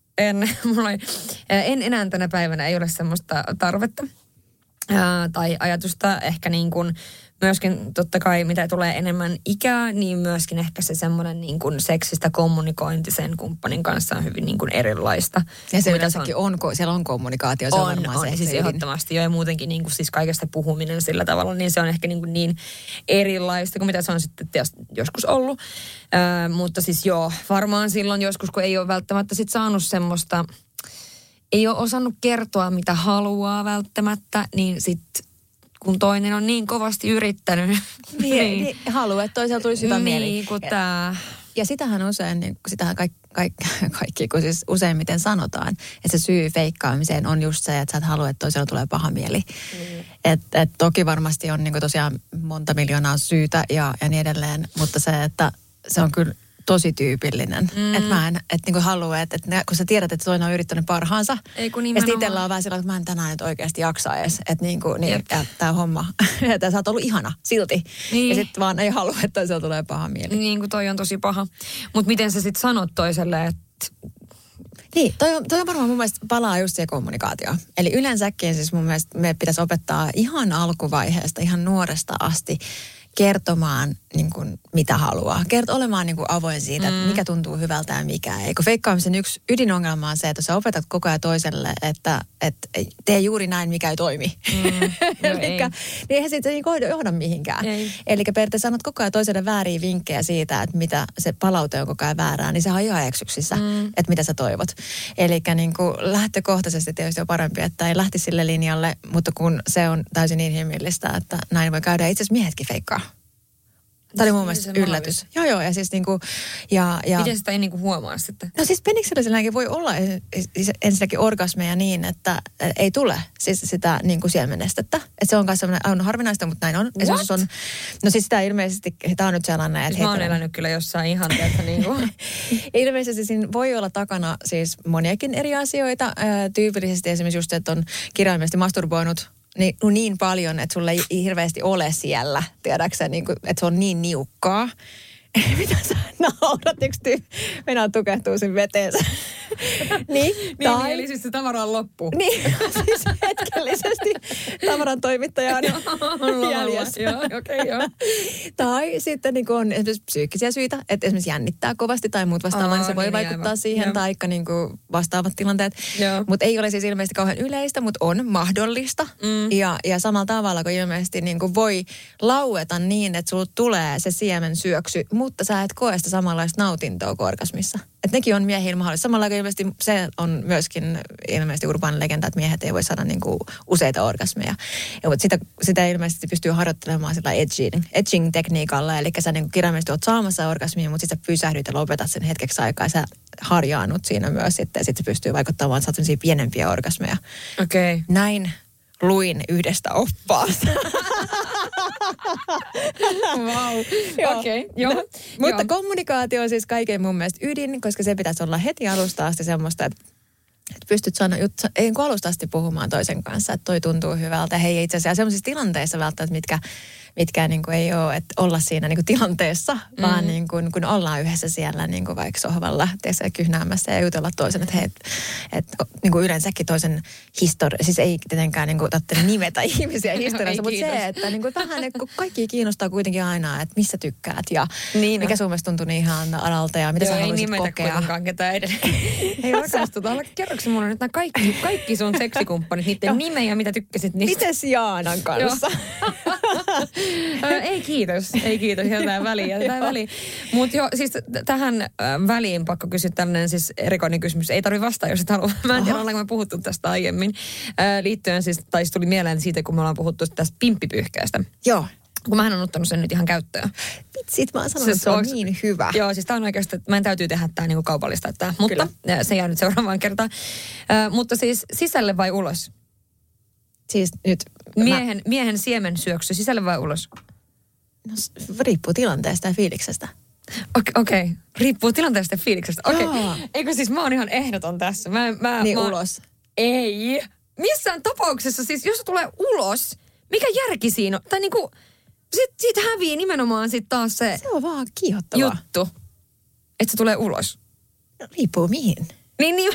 enää tänä päivänä ei ole semmoista tarvetta. Tai ajatusta ehkä niin kuin myöskin totta kai mitä tulee enemmän ikää, niin myöskin ehkä se semmoinen niin kuin seksistä kommunikointi sen kumppanin kanssa on hyvin niin kuin erilaista. Ja se yleensäkin siellä on kommunikaatio, se on varmaan se. Siis ehdottomasti jo ja muutenkin niin kuin siis kaikesta puhuminen sillä tavalla, niin se on ehkä niin erilaista kuin mitä se on sitten joskus ollut. Mutta siis joo, varmaan silloin joskus, kun ei ole välttämättä sit saanut semmoista, ei ole osannut kertoa, mitä haluaa välttämättä, niin sitten kun toinen on niin kovasti yrittänyt. Niin haluaa, että toisella tulisi hyvä mieli. Niin, kun tämä. Ja sitähän usein, niin sitähän kaikki, kun siis useimmiten sanotaan, että se syy feikkaamiseen on just se, että sä et halua, että toisella tulee paha mieli. Et toki varmasti on niin kuin tosiaan monta miljoonaa syytä ja niin edelleen, mutta se, että se on kyllä tosi tyypillinen. Että mä en niinku halua, että kun sä tiedät, että toinen on yrittänyt parhaansa. Ei kun ja sitten itsellä on vähän sillä, että mä en tänään nyt oikeasti jaksa edes. Että niinku, niin, tää homma. Että sä oot ollut ihana silti. Niin. Ja sitten vaan ei halua, että toisella tulee paha mieli. Niin kuin toi on tosi paha. Mutta miten sä sitten sanot toiselle, että... Niin, toi on varmaan mun mielestä palaa just siihen kommunikaatioon. Eli yleensäkin siis mun mielestä me pitäisi opettaa ihan alkuvaiheesta, ihan nuoresta asti kertomaan niin kuin, mitä haluaa. Olemaan niin kuin avoin siitä, että mikä tuntuu hyvältä ja mikä ei. Kun feikkaamisen yksi ydinongelma on se, että sä opetat koko ajan toiselle, että tee juuri näin, mikä ei toimi. Niin eihän siitä niin johda mihinkään. Eli periaatteessa sanot koko ajan toiselle vääriä vinkkejä siitä, että mitä se palaute on koko ajan väärää, niin se on ihan eksyksissä, että mitä sä toivot. Eli niin kuin lähtökohtaisesti tietysti on parempi, että ei lähti sille linjalle, mutta kun se on täysin inhimillistä, että näin voi käydä. Itse asiassa miehetkin feikkaa. Tämä oli mun mielestä yllätys. Joo, ja siis niinku... Ja miten sitä ei niinku huomaa sitten? No siis penikselliselläkin voi olla ensinnäkin orgasmeja niin, että ei tule siis sitä niinku siemenestettä. Että se on myös sellainen, on harvinaista, mutta näin on. What? On, no siis sitä ilmeisesti, tämä on nyt sellainen, että... Mä oon elänyt kyllä jossain ihan, että niinku... Ilmeisesti siinä voi olla takana siis moniakin eri asioita. Tyypillisesti esimerkiksi just, että on kirjaimellisesti masturboinut niin paljon, että sulle ei hirveästi ole siellä, tiedäksä, niin kuin, että se on niin niukkaa. Mitä sä naurat, yksi mennään tukehtuu sen veteensä. niin, eli siis se tavara on loppu. Niin, siis hetkellisesti tavaran toimittaja on jäljessä. Joo. Tai sitten niin on esimerkiksi psyykkisiä syitä, että esimerkiksi jännittää kovasti tai muut vastaavaa, niin se voi vaikuttaa siihen, taikka niin kuin vastaavat tilanteet. Mutta ei ole siis ilmeisesti kauhean yleistä, mutta on mahdollista. Ja samalla tavalla, kun ilmeisesti niin kuin voi laueta niin, että sulla tulee se siemen syöksy, mutta sä et koe sitä samanlaista nautintoa kuin orgasmissa. Että nekin on miehillä mahdollista. Samalla ilmeisesti se on myöskin ilmeisesti urbaani legenda, että miehet ei voi saada niinku useita orgasmeja. Mutta sitä ilmeisesti pystyy harjoittelemaan sillä edging-tekniikalla. Eli sä niinku kirjaimellisesti oot saamassa orgasmia, mutta sitten sä pysähdyt ja lopetat sen hetkeksi aikaa. Ja sä harjaannut siinä myös sitten. Ja sitten se pystyy vaikuttamaan, että saat sellaisia pienempiä orgasmeja. Okei. Näin luin yhdestä oppaasta. Wow. Okei. Mutta kommunikaatio on siis kaiken mun mielestä ydin, koska se pitäisi olla heti alusta asti semmoista, että pystyt sanoa ei alusta asti puhumaan toisen kanssa, että toi tuntuu hyvältä. Hei, itse asiassa sellaisissa tilanteissa välttämättä, mitkä niin kuin ei ole, että olla siinä niin kuin tilanteessa, vaan niin kuin, kun ollaan yhdessä siellä niin kuin vaikka sohvalla, teessä kyhnäämässä ja jutella toisen, että hei, että niin kuin yleensäkin toisen historia, siis ei tietenkään niin kuin nimetä ihmisiä historiassa, mutta se, että niin kuin vähän, että kaikki kiinnostaa kuitenkin aina, että missä tykkäät ja niin mikä sun mielestä tuntui niin ihan alalta ja mitä sä haluaisit kokea. Ei nimetä kuitenkaan ketään edelleen. Ei rakastuta. Kerroksä mulle nyt nämä kaikki sun seksikumppanit, niiden nimeä, mitä tykkäsit niistä? Mites Jaanan kanssa? Ei kiitos, jätetään väliin. Mutta jo, siis tähän väliin pakko kysyä tällainen siis erikoinen kysymys. Ei tarvitse vastaa, jos et halua. Mä en tiedä, ollaanko me puhuttu tästä aiemmin. Liittyen siis, tai tuli mieleen siitä, kun me ollaan puhuttu tästä pimppipyyhkeestä. Joo. Kun mähän on ottanut sen nyt ihan käyttöön. Vitsit, mä oon sanonut, että se on niin hyvä. Joo, siis tää on oikeasti, että meidän täytyy tehdä tää niinku kaupallista. Mutta se jää nyt seuraavaan kertaan. Mutta siis sisälle vai ulos? Siis nyt... Miehen siemen syöksy sisälle vai ulos? No, riippuu tilanteesta ja fiiliksestä. Okei. Riippuu tilanteesta ja fiiliksestä. Okei. Eikö siis mä oon ihan ehdoton tässä. Ulos. Ei. Missään tapauksessa siis, jos se tulee ulos, mikä järki siinä on? Tai niinku, siitä hävii nimenomaan sit taas se... Se on vaan kiihottavaa. Juttu. Että se tulee ulos. No, riippuu mihin. Niin.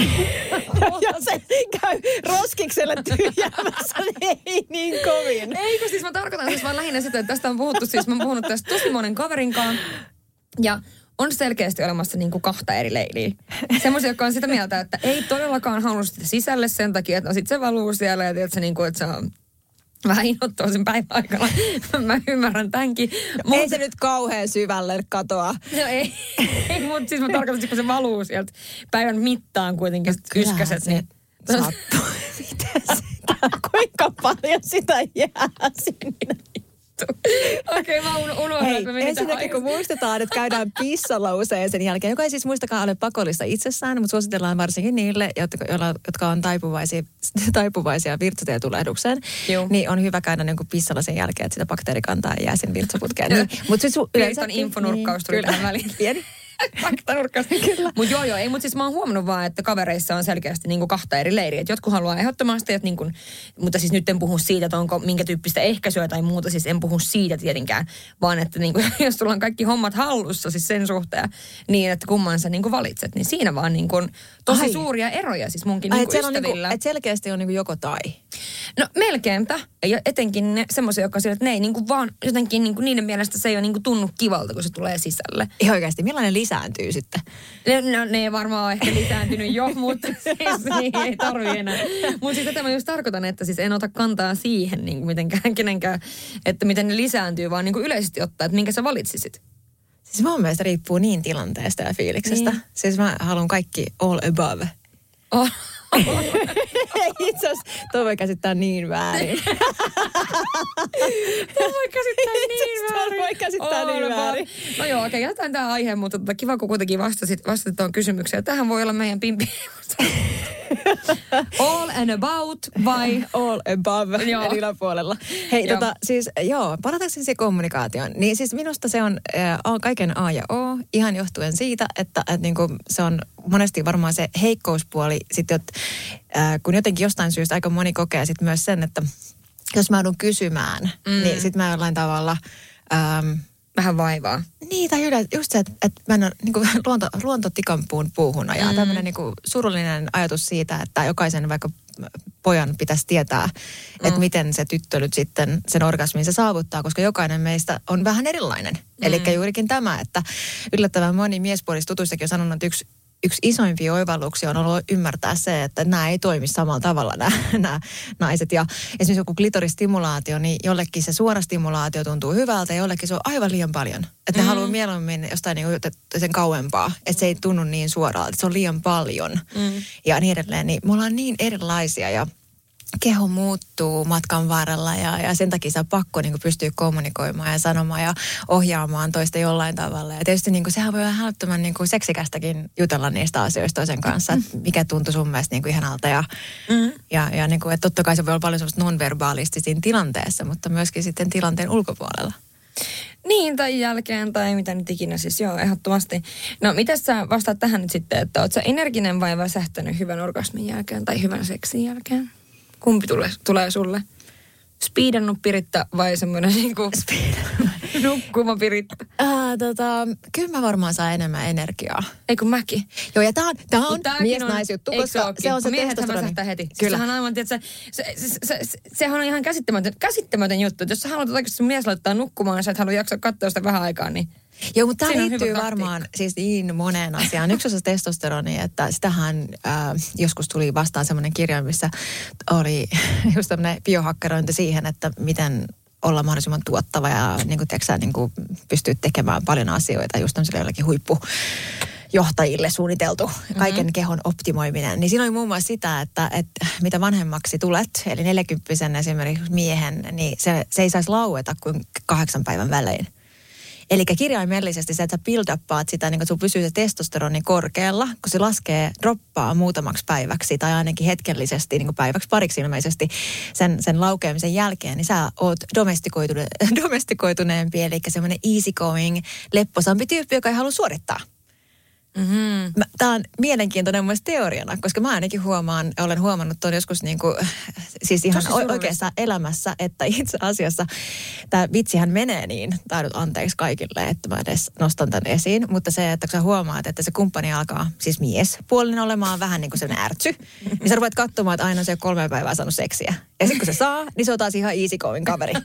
Jos se käy roskikselle tyhjäämässä, niin ei niin kovin. Eikö siis mä tarkoitan siis vaan lähinnä sitä, että tästä on puhuttu, siis mä oon puhunut tästä tosi monen kaverinkaan. Ja on selkeästi olemassa niinku kahta eri leiliä. Semmoisia, jotka on sitä mieltä, että ei todellakaan halua sitä sisälle sen takia, että no sit se valuu siellä ja tiedätkö niinku, että se on... Vähän innoittua sen päivän aikana. Mä ymmärrän tämänkin. Ei se nyt kauhean syvälle katoa. No ei mutta siis mä tarkoitan, kun se valuu sieltä päivän mittaan kuitenkin yskäset. Niin... Sattuu. Miten sitä? Kuinka paljon sitä jää sinne? Okei, mä unohdan, että mä menin ensinnäkin kun muistetaan, että käydään pissalla usein sen jälkeen, joka ei siis muistakaan ole pakollista itsessään, mutta suositellaan varsinkin niille, jotka on taipuvaisia virtsatientulehdukseen, niin on hyvä käydä niin kuin pissalla sen jälkeen, että sitä bakteerikantaa ei jää sen virtsaputkeen. Niin, mutta siis yleensä infonurkkaus tuli tähän väliin. Pieni. Mutta joo, ei, mutta siis mä oon huomannut vaan, että kavereissa on selkeästi niinku kahta eri leiriä. Et jotkut haluaa ehdottomasti, että niinku, mutta siis nyt en puhu siitä, että onko minkä tyyppistä ehkäisyä tai muuta, siis en puhu siitä tietenkään, vaan että niinku, jos sulla on kaikki hommat hallussa siis sen suhteen, niin että kumman sä niinku valitset, niin siinä vaan niinku tosi suuria eroja siis munkin niinku ystävillä. Että selkeästi on niinku joko tai. No melkeinpä, ja etenkin ne semmoisia, jotka että ne ei niinku vaan jotenkin niinku niiden mielestä se ei ole niinku tunnu kivalta, kun se tulee sisälle. Ihan oikeasti, millainen lisääntyy sitten? No ne varmaan on ehkä lisääntynyt jo, mutta siis niin ei tarvitse enää. Mutta siis tätä mä just tarkoitan, että siis en ota kantaa siihen niin kuin mitenkään kenenkään, että miten ne lisääntyy, vaan niin kuin yleisesti ottaa, että minkä sä valitsisit. Siis mun mielestä riippuu niin tilanteesta ja fiiliksestä. Niin. Siis mä haluan kaikki all above. Itse asiassa toi voi käsittää niin väärin. Toi voi käsittää niin väärin. Voi käsittää niin väärin. No joo, okei, jätän tämä aihe, mutta kiva, kun kuitenkin vastasit tuon kysymykseen. Tähän voi olla meidän pimpi. All and about vai? All above, eli yläpuolella. Hei, siis palataanko se kommunikaatioon? Niin siis minusta se on kaiken A ja O, ihan johtuen siitä, että niinku se on monesti varmaan se heikkouspuoli, sitten, kun jotenkin jostain syystä aika moni kokee sitten myös sen, että jos mä joudun kysymään, niin sitten mä jollain tavalla... vähän vaivaa. Niin, tai just se, että mä en ole niin luontotikanpuun puuhun ajaa. Tämmöinen niin surullinen ajatus siitä, että jokaisen vaikka pojan pitäisi tietää, että miten se tyttö nyt sitten sen orgasmin se saavuttaa, koska jokainen meistä on vähän erilainen. Eli juurikin tämä, että yllättävän moni miespuolista tutuistakin on sanonut, että yksi isoimpia oivalluksia on ollut ymmärtää se, että nämä ei toimi samalla tavalla nämä naiset. Ja esimerkiksi joku klitoristimulaatio, niin jollekin se suora stimulaatio tuntuu hyvältä ja jollekin se on aivan liian paljon. Että ne haluaa mieluummin jostain niin sen kauempaa, että se ei tunnu niin suoraan, että se on liian paljon ja niin edelleen. Niin me ollaan niin erilaisia ja keho muuttuu matkan varrella ja sen takia se on pakko niin kuin pystyä kommunikoimaan ja sanomaan ja ohjaamaan toista jollain tavalla. Ja tietysti niin kuin, sehän voi olla hälyttömän niin kuin seksikästäkin jutella niistä asioista toisen kanssa, että mikä tuntui sun mielestä niin kuin ihanalta. Ja niin kuin, että totta kai se voi olla paljon semmoista non-verbaalista siinä tilanteessa, mutta myöskin sitten tilanteen ulkopuolella. Niin, tai jälkeen, tai mitä nyt ikinä siis, joo, ehdottomasti. No, miten sä vastaat tähän nyt sitten, että oot sä energinen vai väsähtänyt hyvän orgasmin jälkeen tai hyvän seksin jälkeen? Kumpi tulee sulle? Spiidannut Piritta vai semmoinen niinku nukkuma Piritta? Kyllä mä varmaan saan enemmän energiaa. Ei kun mäkin. Joo, ja tää on mies-naisjuttu, koska se on se testosteroni. Heti. Kyllä. Sehän on aivan, tiedätkö, sehän on ihan käsittämätön juttu. Että jos sä haluat oikeasti sun mies laittaa nukkumaan ja sä et halua jaksaa katsoa sitä vähän aikaa, niin... Joo, mutta tämä liittyy varmaan siis niin moneen asiaan. Yksi osa testosteronia, että sitähän joskus tuli vastaan semmoinen kirja, missä oli just tämmöinen biohakkerointi siihen, että miten olla mahdollisimman tuottava ja niin kuin, tiedätkö, niin kuin pystyy tekemään paljon asioita just tämmöiselle jollakin huippujohtajille suunniteltu kaiken kehon optimoiminen. Niin siinä oli muun muassa sitä, että mitä vanhemmaksi tulet, eli 40-vuotiaan esimerkiksi miehen, niin se ei saisi laueta kuin 8 päivän välein. Eli kirjaimellisesti se, että sä build-uppaat sitä, niin kun sulla pysyy se testosteroni korkealla, kun se droppaa muutamaksi päiväksi tai ainakin hetkellisesti, niin kuin päiväksi pariksi ilmeisesti sen laukeamisen jälkeen, niin sä oot domestikoituneempi, eli semmoinen easygoing, lepposampi tyyppi, joka ei halua suorittaa. Tämä on mielenkiintoinen myös teoriana, koska mä ainakin olen huomannut tuon joskus niin kuin, siis ihan oikeassa elämässä, että itse asiassa tämä vitsihän menee niin, taidot anteeksi kaikille, että mä edes nostan tämän esiin, mutta se, että kun sä huomaat, että se kumppani alkaa, siis miespuolinen olemaan vähän niin kuin sellainen ärtsy, niin sä rupeat katsomaan, että aina se on 3 päivää saanut seksiä. Ja sitten kun se saa, niin se on taas ihan easy going kaveri.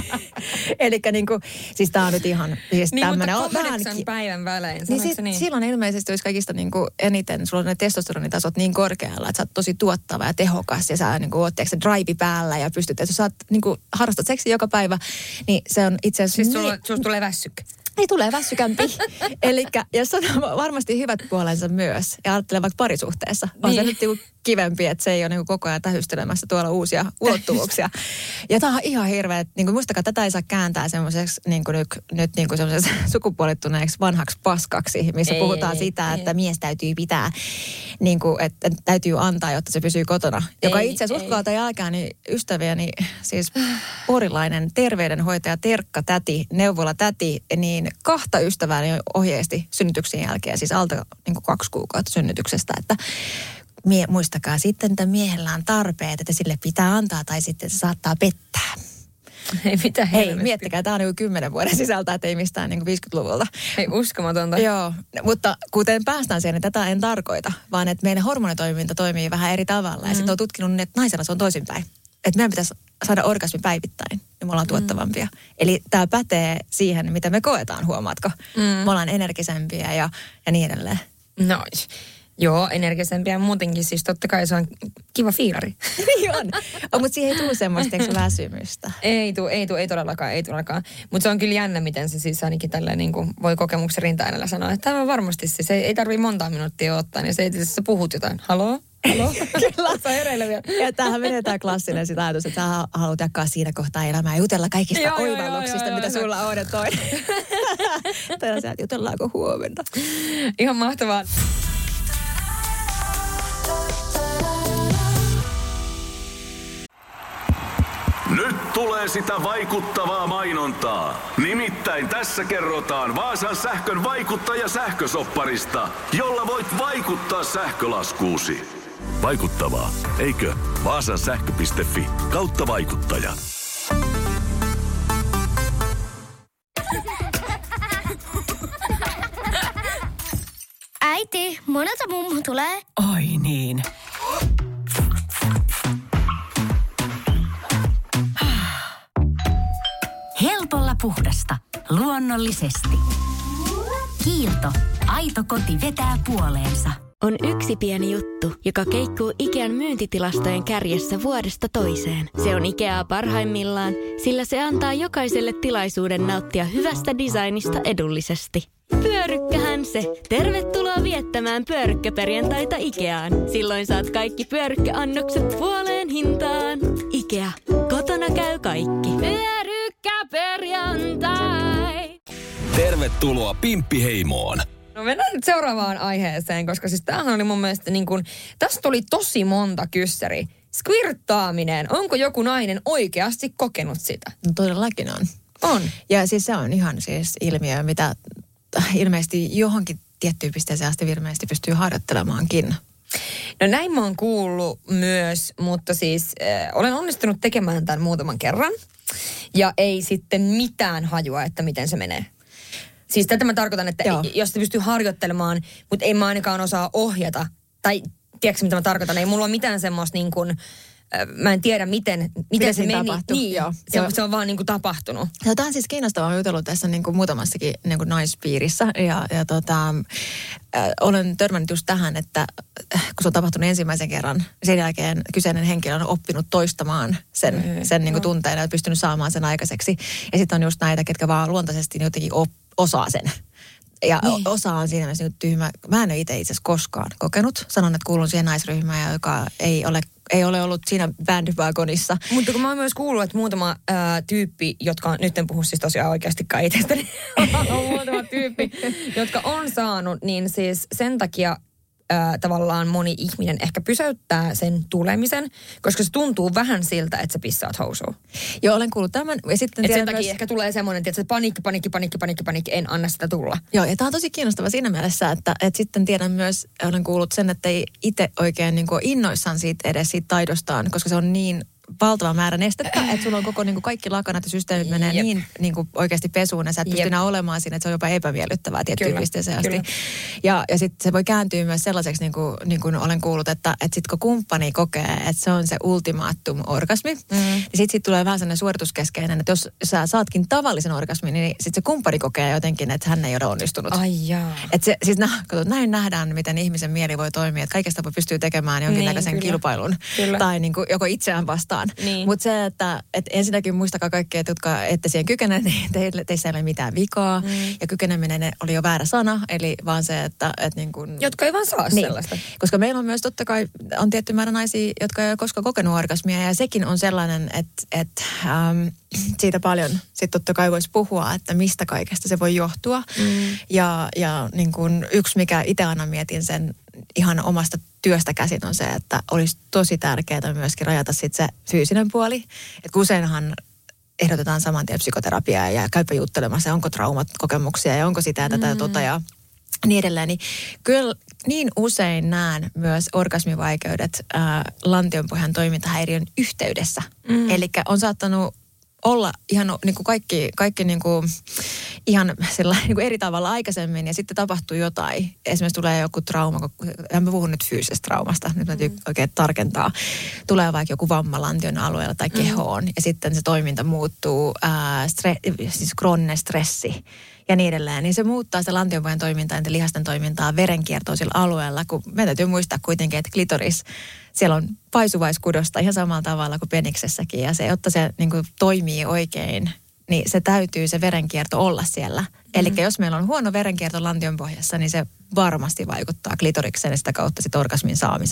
Elikkä niin kuin, siis tää on nyt ihan siis niin, tämmöinen... Niin, mutta 8 päivän välein, niin silloin ilmeisesti olisi kaikista niin kuin eniten, sulla on ne testosteronitasot niin korkealla, että sä oot tosi tuottava ja tehokas ja sä niin kuin oot se drive päällä ja pystyt, että jos sä oot, niin kuin, harrastat seksiä joka päivä, niin se on itse asiassa... Siis sulla tulee väsykkä. Niin tulee väsykämpi. Elikkä, ja se on varmasti hyvät puolensa myös. Ja ajattelen vaikka parisuhteessa. On se nyt kivempi, että se ei ole niin koko ajan tähystelemässä tuolla uusia ulottuvuuksia. Ja tämä on ihan hirveä. Niin muistakaa, tätä ei saa kääntää semmoiseksi niin nyt niin kuin semmoiseksi sukupuolittuneeksi vanhaksi paskaksi, missä puhutaan sitä, että mies täytyy pitää, niin kuin, että täytyy antaa, jotta se pysyy kotona. Joka itse asiassa uskovalta jälkeen, niin ystäviäni, siis porilainen terveydenhoitaja, terkkatäti, neuvolatäti, niin 2 ystävääni ohjeisti synnytyksen jälkeen, siis alta niin kuin 2 kuukautta synnytyksestä, että muistakaa sitten, että miehellä on tarpeet, että sille pitää antaa tai sitten se saattaa pettää. Ei mitään Hei, miettikää, tämä on niin 10 vuoden sisältä, että ei mistään niin 50-luvulta. Ei uskomatonta. Joo, mutta kuten päästään siihen, niin tätä en tarkoita, vaan että meidän hormonitoiminta toimii vähän eri tavalla. Ja sitten on tutkinut, että naisella se on toisinpäin. Että meidän pitäisi saada orgasmi päivittäin, niin me ollaan tuottavampia. Eli tämä pätee siihen, mitä me koetaan, huomaatko? Me ollaan energisempiä ja niin edelleen. No, joo, energisempiä muutenkin. Siis totta kai se on kiva fiilari. Niin on. Mutta siihen ei tule semmoista väsymystä. Ei todellakaan. Mutta se on kyllä jännä, miten se siis ainakin tällä niin kuin voi kokemuksen rinta-äänellä sanoa. Että tämä varmasti siis ei tarvitse montaa minuuttia ottaa, niin se ei tietysti, sä puhut jotain. Kyllä. Se on hereillä vielä. Ja tämähän menee tämä klassinen sitä ajatus, että sä haluat jakaa siinä kohtaa elämää ja jutella kaikista oivalluksista, mitä sulla on ja toinen. Tai sieltä jutellaanko huomenna. Ihan mahtavaa. Nyt tulee sitä vaikuttavaa mainontaa. Nimittäin tässä kerrotaan Vaasan sähkön vaikuttaja sähkösopparista, jolla voit vaikuttaa sähkölaskuusi. Vaikuttavaa, eikö? Vaasansähkö.fi/vaikuttaja. Äiti, monelta mummu tulee? Oi niin. Helpolla puhdasta. Luonnollisesti. Kiilto. Aito koti vetää puoleensa. On yksi pieni juttu, joka keikkuu Ikean myyntitilastojen kärjessä vuodesta toiseen. Se on Ikeaa parhaimmillaan, sillä se antaa jokaiselle tilaisuuden nauttia hyvästä designista edullisesti. Pyörykkähän se. Tervetuloa viettämään pyörykkäperjantaita Ikeaan. Silloin saat kaikki pyörykkäannokset puoleen hintaan. Ikea. Kotona käy kaikki. Pyörykkäperjantai. Tervetuloa Pimppiheimoon. No mennään nyt seuraavaan aiheeseen, koska siis tämähän oli mun mielestä niin kuin, tästä tuli tosi monta kyssäri. Squirttaaminen, onko joku nainen oikeasti kokenut sitä? No todellakin on. On. Ja siis se on ihan siis ilmiö, mitä ilmeisesti johonkin tiettyyn pisteeseen asti ilmeisesti pystyy harjoittelemaankin. No näin mä oon kuullut myös, mutta siis olen onnistunut tekemään tämän muutaman kerran. Ja ei sitten mitään hajua, että miten se menee. Siis tätä mä tarkoitan, että jos se pystyy harjoittelemaan, mutta ei mä ainakaan osaa ohjata. Tai tiedätkö mitä mä tarkoitan? Ei mulla ole mitään semmoista niin kuin, mä en tiedä miten se meni. Tapahtui. Niin, se on vaan niin kuin tapahtunut. Tämä on siis kiinnostavaa jutellut tässä niin kuin muutamassakin niin kuin naispiirissä. Ja olen törmännyt just tähän, että kun se on tapahtunut ensimmäisen kerran, sen jälkeen kyseinen henkilö on oppinut toistamaan sen niin kuin tunteen ja pystynyt saamaan sen aikaiseksi. Ja sitten on just näitä, ketkä vaan luontaisesti jotenkin osaa sen. Ja osa on siinä mielessä tyhmä. Mä en ole itse asiassa koskaan kokenut. Sanon, että kuulun siihen naisryhmään, joka ei ole ollut siinä bandwagonissa. Mutta kun mä oon myös kuullut, että muutama tyyppi, jotka nyt en puhu siis tosiaan oikeastikaan itsestäni, muutama tyyppi, jotka on saanut, niin siis sen takia tavallaan moni ihminen ehkä pysäyttää sen tulemisen, koska se tuntuu vähän siltä, että sä pissaat housuun. Joo, olen kuullut tämän. Ja sitten sen takia ehkä tulee semmoinen, että panikki, en anna sitä tulla. Joo, ja tämä on tosi kiinnostava siinä mielessä, että sitten tiedän myös, olen kuullut sen, että ei itse oikein niin kuin innoissaan siitä taidostaan, koska se on niin valtava määrä nestettä, että sulla on koko niin kuin kaikki lakanat ja systeemit menee niin kuin oikeasti pesuun, ja sä et pysty enää olemaan siinä, että se on jopa epämiellyttävää tiettyyn pisteeseen asti. Ja sitten se voi kääntyä myös sellaiseksi, niin kuin olen kuullut, että sitten kun kumppani kokee, että se on se ultimaattum orgasmi, niin sitten tulee vähän sellainen suorituskeskeinen, että jos sä saatkin tavallisen orgasmin, niin sitten se kumppani kokee jotenkin, että hän ei ole onnistunut. Ai jaa. Että se, siis näin nähdään, miten ihmisen mieli voi toimia, että kaikesta voi pystyä tekemään jonkinnäköisen kilpailun tai niin kuin joko itseään vastaan. Niin. Mutta se, että ensinnäkin muistakaa kaikki, että ette siihen kykene, niin teissä ei ole mitään vikaa. Ja kykeneminen oli jo väärä sana, eli vaan se, että niin kuin jotka ei vaan saa sellaista. Koska meillä on myös totta kai, on tietty määrä naisia, jotka ei ole koskaan kokenut orgasmia, ja sekin on sellainen, että siitä paljon sitten totta kai voisi puhua, että mistä kaikesta se voi johtua. Ja niin kuin yksi, mikä itse aina mietin sen ihan omasta työstä käsin, on se, että olisi tosi tärkeää myöskin rajata sitten se fyysinen puoli. Että useinhan ehdotetaan saman tien psykoterapiaa ja käypä juttelemassa, onko traumakokemuksia ja onko sitä ja tätä ja tota ja niin edelleen. Niin kyllä niin usein näen myös orgasmivaikeudet lantionpohjan toimintahäiriön yhteydessä. Eli on saattanut olla ihan niin kuin kaikki niin kuin ihan niin kuin eri tavalla aikaisemmin ja sitten tapahtuu jotain. Esimerkiksi tulee joku trauma, en mä puhu nyt fyysisestä traumasta, nyt täytyy oikein tarkentaa. Tulee vaikka joku vamma lantion alueella tai kehoon ja sitten se toiminta muuttuu, siis krooninen stressi ja niin edelleen. Niin se muuttaa sitä lantionpohjan toimintaa ja lihasten toimintaa, verenkiertoa sillä alueella, kun meidän täytyy muistaa kuitenkin, että klitoris, siellä on paisuvaiskudosta ihan samalla tavalla kuin peniksessäkin ja se, jotta se niin kuin toimii oikein, niin se täytyy se verenkierto olla siellä. Eli jos meillä on huono verenkierto lantionpohjassa, niin se varmasti vaikuttaa klitorikseen ja sitä kautta sitten orgasmin saamiseen.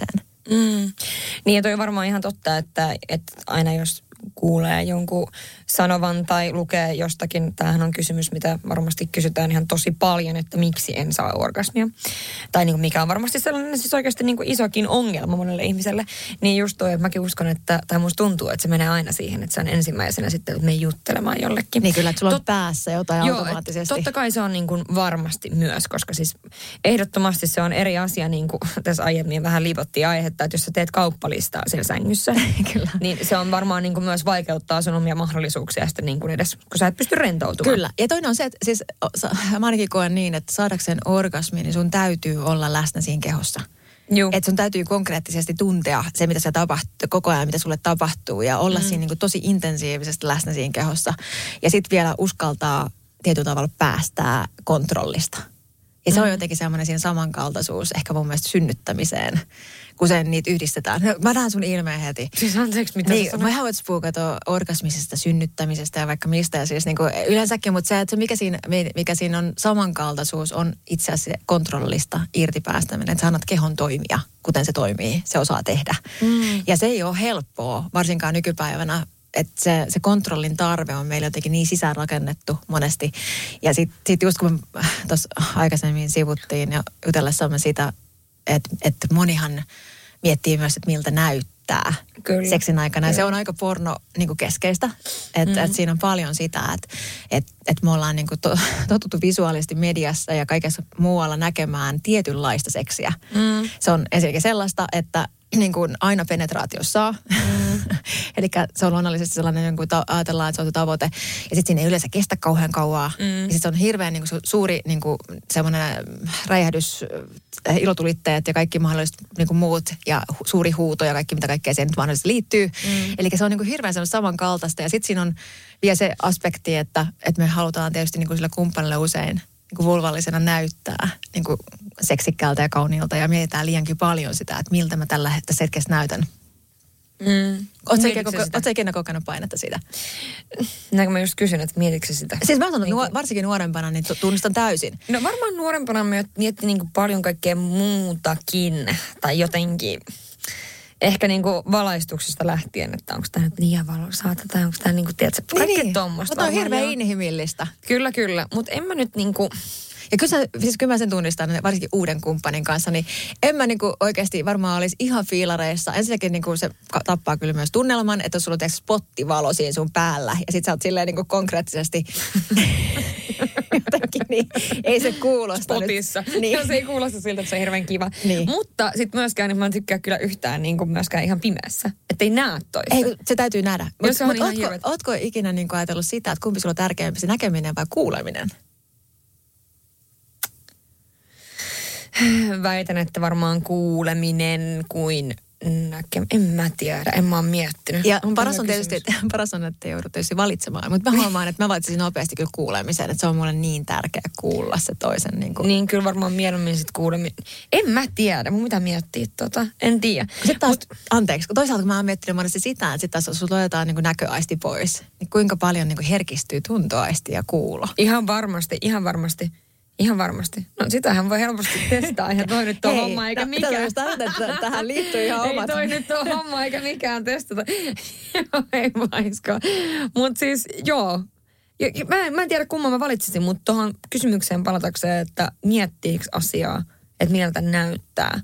Niin ja toi on varmaan ihan totta, että aina jos kuulee jonkun sanovan tai lukee jostakin, tämähän on kysymys, mitä varmasti kysytään ihan tosi paljon, että miksi en saa orgasmia. Tai niin kuin mikä on varmasti sellainen siis oikeasti niin kuin isokin ongelma monelle ihmiselle. Niin just toi, että mäkin uskon, tai musta tuntuu, että se menee aina siihen, että se on ensimmäisenä sitten, että me juttelemaan jollekin. Niin kyllä, että sulla on päässä jotain automaattisesti. Totta kai se on niin kuin varmasti myös, koska siis ehdottomasti se on eri asia, niin kuin tässä aiemmin vähän liipottiin aihetta, että jos sä teet kauppalistaa siellä sängyssä, niin se on varmaan niin kuin myös vaikeuttaa sun omia mahdollisuuksia sitten niin kuin edes, kun sä et pysty rentoutumaan. Kyllä. Ja toinen on se, että siis mä ainakin koen niin, että saadakseen orgasmin, niin sun täytyy olla läsnä siinä kehossa. Että sun täytyy konkreettisesti tuntea se, mitä se tapahtuu, koko ajan, mitä sulle tapahtuu ja olla siinä niin kuin tosi intensiivisesti läsnä siinä kehossa. Ja sitten vielä uskaltaa tietyllä tavalla päästää kontrollista. Ja se on jotenkin semmoinen siinä samankaltaisuus ehkä mun mielestä synnyttämiseen, kun sen niitä yhdistetään. Mä näen sun ilmeen heti. Siis anteeksi, mitä niin, mä haluan puhua orgasmisesta, synnyttämisestä ja vaikka mistä. Ja siis niin kuin yleensäkin, mutta se, että mikä siinä on samankaltaisuus, on itse asiassa kontrollista irtipäästäminen. Että sä annat kehon toimia, kuten se toimii, se osaa tehdä. Ja se ei ole helppoa, varsinkaan nykypäivänä. Että se kontrollin tarve on meillä jotenkin niin sisäänrakennettu monesti. Ja sitten just kun me tuossa aikaisemmin sivuttiin ja jutellessamme sitä, että monihan miettii myös, että miltä näyttää seksin aikana. Ja se on aika porno niin kuin keskeistä. Että siinä on paljon sitä, että me ollaan niin kuin totuttu visuaalisesti mediassa ja kaikessa muualla näkemään tietynlaista seksiä. Se on ensinnäkin sellaista, että niin kuin aina penetraatio saa. Eli se on luonnollisesti sellainen, kun ajatellaan, että se on se tavoite. Ja sitten siinä ei yleensä kestä kauhean kauaa. Ja sitten se on hirveän niin kuin suuri niin kuin semmoinen räjähdys, ilotulitteet ja kaikki mahdolliset niin kuin muut. Ja suuri huuto ja kaikki, mitä kaikkea siihen nyt mahdollisesti liittyy. Eli se on niin kuin hirveän semmoista samankaltaista. Ja sitten siinä on vielä se aspekti, että me halutaan tietysti niin kuin sillä kumppanille usein niin kuin vulvallisena näyttää niin kuin seksikkäältä ja kauniilta ja mietitään liiankin paljon sitä, että miltä mä tässä hetkessä näytän. Ootko ikinä kokenut painetta siitä? Näinkö mä just kysyn, että mietitkö sitä? Siis mä sanon, että varsinkin nuorempana niin tunnistan täysin. No varmaan nuorempana mietti niin kuin paljon kaikkea muutakin tai jotenkin ehkä niin kuin valaistuksesta lähtien, että onko tämä nyt liian valoisaata tai onko tämä niin kuin, tiedätkö, kaikkea tommoista. Mutta on hirveän inhimillistä. Kyllä, mutta en mä nyt niin kuin... Ja kyllä mä sen tunnistan, varsinkin uuden kumppanin kanssa, niin en mä niinku oikeasti varmaan olisi ihan fiilareissa. Ensinnäkin niinku se tappaa kyllä myös tunnelman, että sulla on spottivalo siinä sun päällä. Ja sit sä oot silleen niinku konkreettisesti jotenkin niin, ei se kuulosta spotissa. Niin. Se ei kuulosta siltä, että se on hirveän kiva. Niin. Mutta sit myöskään, mä en tykkää kyllä yhtään niinku myöskään ihan pimeässä. Että ei näe toista. Ei, se täytyy nähdä. Ootko ikinä niinku ajatellut sitä, että kumpi sulla on tärkeämpi, se näkeminen vai kuuleminen? Väitän, että varmaan kuuleminen kuin en mä tiedä, en mä ole miettinyt. Ja paras on, että joudut tietysti valitsemaan. Mutta mä huomaan, että mä valitsisin nopeasti kyllä kuulemisen. Että se on mulle niin tärkeä kuulla se toisen. Niin kyllä varmaan mieluummin sit kuuleminen. En mä tiedä, mun mitä miettiä en tiedä. Anteeksi, toisaalta kun mä oon miettinyt monesti sitä, että sitten taas sulla otetaan niin näköaisti pois. Niin kuinka paljon niin herkistyy tuntoaisti ja kuulo? Ihan varmasti. No sitähän voi helposti testaa. Ja toi nyt on homma eikä mikään. Tähän liittyy ihan omat. Ei toi nyt on homma eikä mikään testata. Ei vaisko. Mutta siis joo. Mä en tiedä kumman mä valitsisin, mutta tuohon kysymykseen palatakseen, että miettiikö asiaa, että miltä näyttää.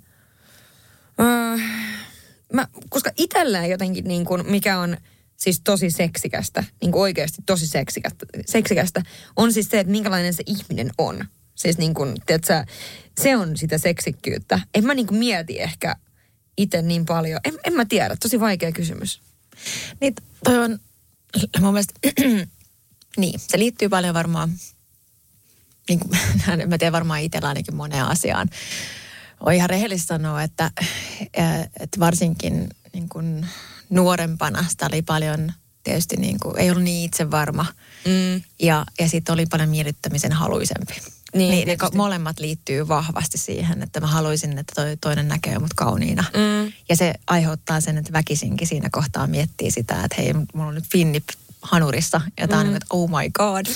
Koska itselleen jotenkin niin kuin, mikä on siis tosi seksikästä, niin kuin oikeasti tosi seksikästä, on siis se, että minkälainen se ihminen on. Siis niin kuin, tiedätkö, se on sitä seksikkyyttä. En mä niin kuin mieti ehkä itse niin paljon. En mä tiedä, tosi vaikea kysymys. Niin, toi on mun mielestä, niin, se liittyy paljon varmaan, niin kuin, mä tiedän varmaan itsellä ainakin moneen asiaan. On ihan rehellistä sanoa, että varsinkin niin kuin nuorempana sitä oli paljon tietysti niin kuin, ei ollut niin itsevarma. Ja sitten oli paljon miellyttämisen haluisempi. Niin molemmat liittyy vahvasti siihen, että mä haluaisin, että toinen näkee mut kauniina. Ja se aiheuttaa sen, että väkisinkin siinä kohtaa miettii sitä, että hei, mulla on nyt finni hanurissa. Ja tää on että oh my god.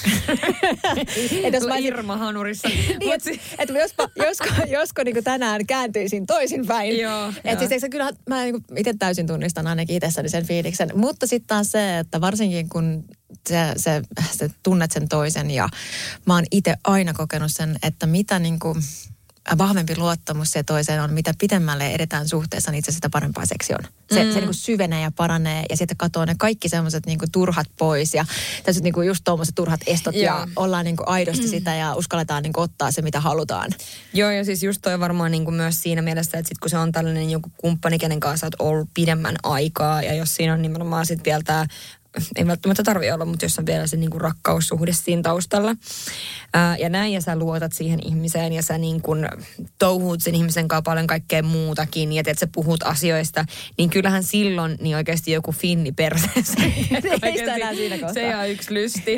Irma hanurissa. Josko niin tänään kääntyisin toisin päin. Että siis kyllä mä niin itse täysin tunnistan ainakin itsessäni sen fiiliksen. Mutta sitten taas se, että varsinkin kun sä tunnet sen toisen ja mä oon itse aina kokenut sen, että mitä niin kuin vahvempi luottamus se toiseen on, mitä pidemmälle edetään suhteessa, niin itse sitä parempaa seksi on. Se niin kuin syvenee ja paranee ja sitten katoo ne kaikki semmoiset niin kuin turhat pois ja tällaiset niin kuin just tuommoiset turhat estot ja ollaan niin kuin aidosti sitä ja uskalletaan niin kuin ottaa se, mitä halutaan. Joo, ja siis just toi varmaan niin kuin myös siinä mielessä, että sit kun se on tällainen joku kumppani, kenen kanssa olet ollut pidemmän aikaa ja jos siinä on nimenomaan sitten vielä tämä ei välttämättä tarvitse olla, mutta jos on vielä se niin kuin rakkaussuhde siinä taustalla. Ja näin, ja sä luotat siihen ihmiseen, ja sä niin kuin touhuut sen ihmisen kanssa paljon kaikkea muutakin, ja sä puhut asioista, niin kyllähän silloin niin oikeasti joku finni perseessä. Ei sitä enää siinä kohtaa. Se on yksi lysti.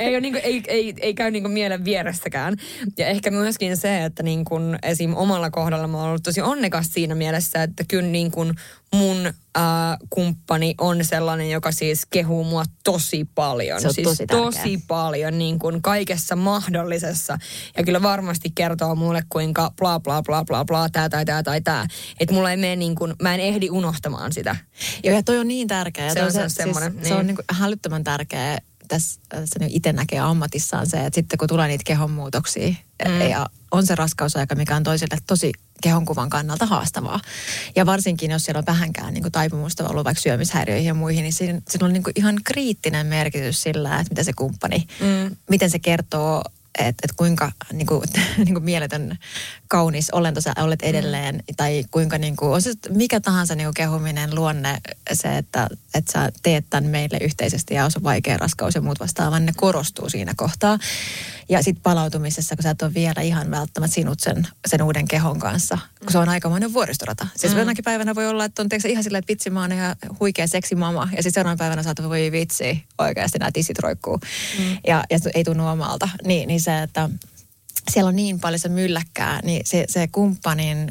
Ei käy niin kuin mielen vierestäkään. Ja ehkä myöskin se, että niin kuin esim. Omalla kohdalla mä oon ollut tosi onnekas siinä mielessä, että kyllä niin kuin mun kumppani on sellainen, joka siis kehuu mua tosi paljon. Se on siis tosi paljon niin kuin kaikessa mahdollisessa. Ja kyllä varmasti kertoo mulle, kuinka bla bla bla bla bla, tää. Että mulla ei mene niin kuin, mä en ehdi unohtamaan sitä. Joo, ja toi on niin tärkeä. Se on semmoinen. Siis, se on niin kuin hälyttömän tärkeä. Tässä itse näkee ammatissaan se, että sitten kun tulee niitä kehonmuutoksia ja on se raskausaika, mikä on toisille tosi kehonkuvan kannalta haastavaa. Ja varsinkin, jos siellä on vähänkään niin kuin taipumusta ollut vaikka syömishäiriöihin ja muihin, niin siinä on niin kuin ihan kriittinen merkitys sillä, että mitä se kumppani, miten se kertoo, että kuinka niin kuin mieletön kaunis olento sä olet edelleen, tai kuinka niin kuin, on se mikä tahansa niin kuin kehuminen, luonne, se, että sä teet tämän meille yhteisesti ja on vaikea raskaus ja muut vastaavan, ne korostuu siinä kohtaa. Ja sitten palautumisessa, kun sä et ole vielä ihan välttämättä sinut sen uuden kehon kanssa, kun se on aikamoinen vuoristorata. Siis jonakin päivänä voi olla, että on ihan silleen, että vitsi, mä oon ihan huikea seksimama, ja sitten seuraavana päivänä sä oot, voi vitsi, oikeasti nämä tissit roikkuu, ja ei tunnu omalta. Niin se, että siellä on niin paljon se mylläkkää, niin se kumppanin,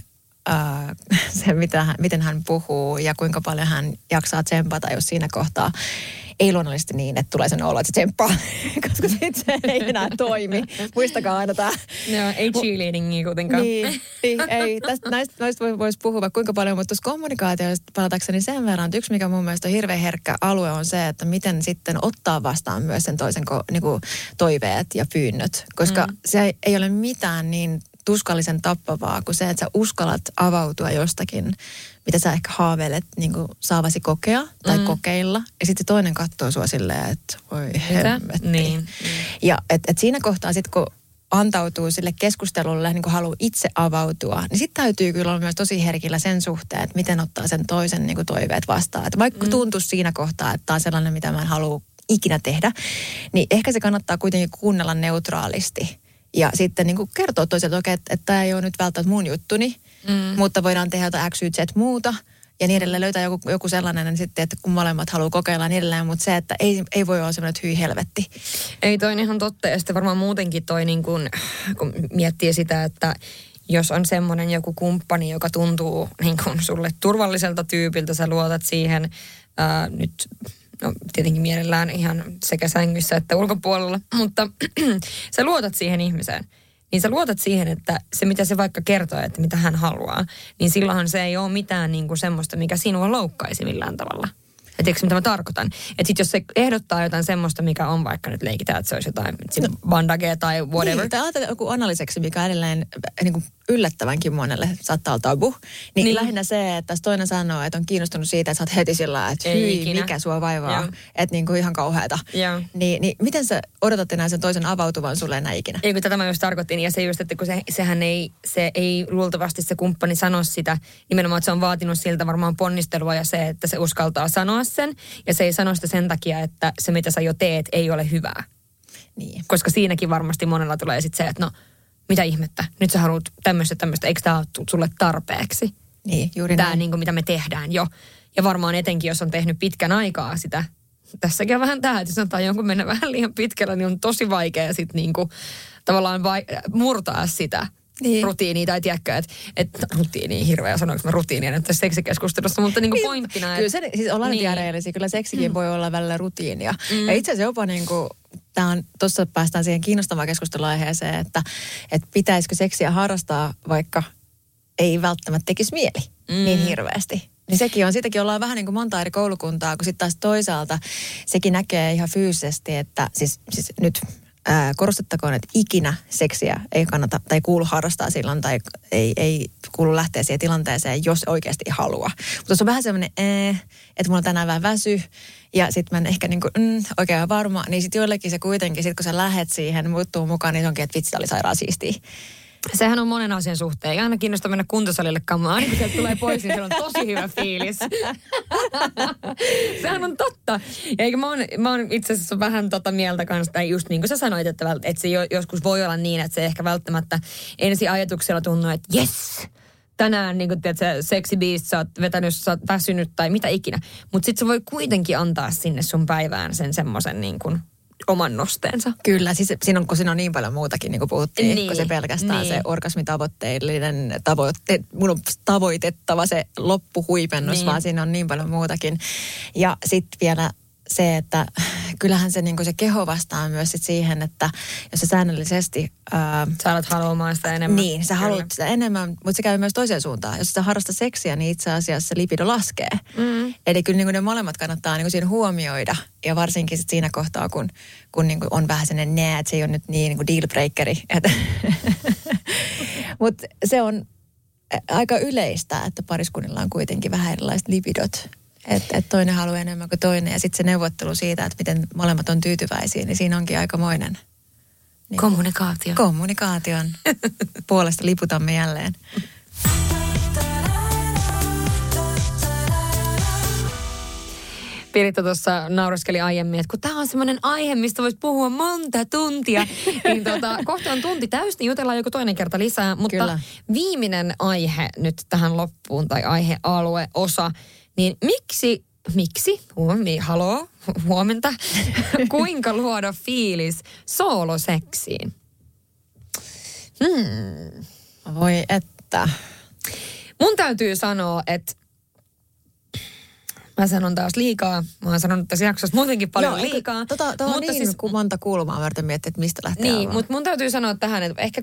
se miten hän puhuu ja kuinka paljon hän jaksaa tsempata, jos siinä kohtaa ei luonnollisesti niin, että tulee sen olo, että se tsemppaa, koska sitten se ei enää toimi. Muistakaa aina tämä. Joo, ei cheerleadingia kuitenkaan. Niin, ei. Näistä voisi puhua vaikka kuinka paljon, mutta tuossa kommunikaatioista palatakseni sen verran, että yksi mikä mun mielestä on hirveän herkkä alue on se, että miten sitten ottaa vastaan myös sen toisen niinku, toiveet ja pyynnöt. Koska se ei ole mitään niin tuskallisen tappavaa kuin se, että sä uskallat avautua jostakin, mitä sä ehkä haaveilet niin kuin saavasi kokea tai kokeilla. Ja sitten toinen katsoo sua silleen, että voi hemmetti. Niin. Ja et siinä kohtaa sitten, kun antautuu sille keskustelulle, niin kuin haluaa itse avautua, niin sitten täytyy kyllä olla myös tosi herkillä sen suhteen, että miten ottaa sen toisen niin kuin toiveet vastaan. Että vaikka tuntuisi siinä kohtaa, että tämä on sellainen, mitä mä en halua ikinä tehdä, niin ehkä se kannattaa kuitenkin kuunnella neutraalisti. Ja sitten niin kuin kertoo toiselle, että tämä ei ole nyt välttämättä mun juttuni, mutta voidaan tehdä jotain X, Y, Z muuta. Ja niin edelleen löytää joku sellainen, niin sitten, että kun molemmat haluaa kokeilla niin edelleen, mutta se, että ei voi olla sellainen, että hyi helvetti. Ei toi ihan totta. Ja sitten varmaan muutenkin toi niin kun miettii sitä, että jos on semmoinen joku kumppani, joka tuntuu niin kun sulle turvalliselta tyypiltä, sä luotat siihen nyt... No tietenkin mielellään ihan sekä sängyssä että ulkopuolella, mutta sä luotat siihen ihmiseen. Niin sä luotat siihen, että se mitä se vaikka kertoo, että mitä hän haluaa, niin silloinhan se ei ole mitään niin kuin semmoista, mikä sinua loukkaisi millään tavalla. Et tiedätkö mitä mä tarkoitan? Että sit jos se ehdottaa jotain semmoista, mikä on vaikka nyt leikitään, että se olisi jotain bandagea tai whatever. Niin, tai ajatellaan joku analyseksi, mikä edelleen niin kuin yllättävänkin monelle saattaa olla tabu. Niin lähinnä se, että toinen sanoo, että on kiinnostunut siitä, että sä oot heti sillä, että hyi, mikä sua vaivaa. Että niin kuin ihan kauheata. Niin miten sä odotat enää sen toisen avautuvan sulle enää ikinä? Ei, kun tätä mä just tarkoitin. Ja se just, että kun se ei luultavasti se kumppani sano sitä. Nimenomaan, että se on vaatinut siltä varmaan ponnistelua ja se, että se uskaltaa sanoa sen. Ja se ei sano sitä sen takia, että se mitä sä jo teet ei ole hyvää. Niin. Koska siinäkin varmasti monella tulee sitten se, että no, mitä ihmettä, nyt sä haluat tämmöistä, eikö tämä ole sulle tarpeeksi? Niin, juuri tämä näin. niin kuin mitä me tehdään jo. Ja varmaan etenkin, jos on tehnyt pitkän aikaa sitä, tässäkin on vähän tämä, että jos sanotaan jonkun mennä vähän liian pitkällä, niin on tosi vaikea sitten niin kuin tavallaan murtaa sitä. rutiiniä, tai tiedätkö, että rutiiniä, hirveä sanoinko mä rutiinia nyt tässä seksikeskustelussa, mutta niin kuin pointtina. Kyllä se, siis ollaan diareellisia, kyllä seksikin voi olla välillä rutiinia. Ja itse asiassa jopa niin kuin, tuossa päästään siihen kiinnostavaan keskusteluaiheeseen, että pitäisikö seksiä harrastaa, vaikka ei välttämättä tekisi mieli niin hirveästi. Niin sitäkin ollaan vähän niin kuin monta eri koulukuntaa, kun sitten taas toisaalta sekin näkee ihan fyysisesti, että siis nyt korostettakoon, että ikinä seksiä ei kannata tai kuulu harrastaa silloin tai ei kuulu lähteä siihen tilanteeseen, jos oikeasti haluaa. Mutta se on vähän semmoinen, että mulla on tänään vähän väsy ja sitten mä en ehkä niinku, oikein varma, niin sitten joillekin se kuitenkin, sit kun sä lähet siihen, muuttuu mukaan, niin se onkin, että vitsi, oli sairaan siistiä. Sehän on monen asian suhteen. Ei aina kiinnosta mennä kuntosalille kammaan. Aina kun sieltä tulee pois, niin se on tosi hyvä fiilis. Sehän on totta. Ja eikä mä oon itse asiassa vähän mieltä kanssa, tai just niin kuin sä sanoit, että se joskus voi olla niin, että se ehkä välttämättä ensi ajatuksella tuntuu, että jes, tänään niin kuin tiedät, sä seksibiist, sä oot vetänyt, sä oot väsynyt tai mitä ikinä. Mutta sitten se voi kuitenkin antaa sinne sun päivään sen semmoisen niin kuin oman nosteensa. Kyllä, siis siinä on niin paljon muutakin, niin kuin puhuttiin, kun se pelkästään se orgasmitavoitteellinen mun on tavoitettava se loppuhuipennus, vaan siinä on niin paljon muutakin. Ja sitten vielä se, että kyllähän se, niin kuin se keho vastaa myös sit siihen, että jos sä säännöllisesti sä alat haluamaan sitä enemmän. Niin, sä haluat sitä enemmän, mutta se käy myös toiseen suuntaan. Jos sä harrasta seksiä, niin itse asiassa se libido laskee. Eli kyllä niin kuin ne molemmat kannattaa niin kuin siinä huomioida. Ja varsinkin sit siinä kohtaa, kun niin kuin on vähän sellainen että se ei ole nyt niin kuin dealbreakeri. Mutta se on aika yleistä, että pariskunnilla on kuitenkin vähän erilaiset libidot. Että toinen haluaa enemmän kuin toinen. Ja sitten se neuvottelu siitä, että miten molemmat on tyytyväisiä, niin siinä onkin aikamoinen. Niin, kommunikaation puolesta liputamme jälleen. Piritta tuossa naureskeli aiemmin, että kun tämä on semmoinen aihe, mistä voisi puhua monta tuntia, niin kohta on tunti täysin, niin jutellaan joku toinen kerta lisää. Mutta kyllä. Viimeinen aihe nyt tähän loppuun, tai aihealue, osa, niin miksi, huomenta, kuinka luoda fiilis sooloseksiin? Voi että. Mun täytyy sanoa, että mä sanon taas liikaa. Mä oon sanonut tässä jaksossa muutenkin paljon liikaa. Mutta on niin siis, kuin monta kulmaa varten miettiä, että mistä lähtee niin, mutta mun täytyy sanoa tähän, että ehkä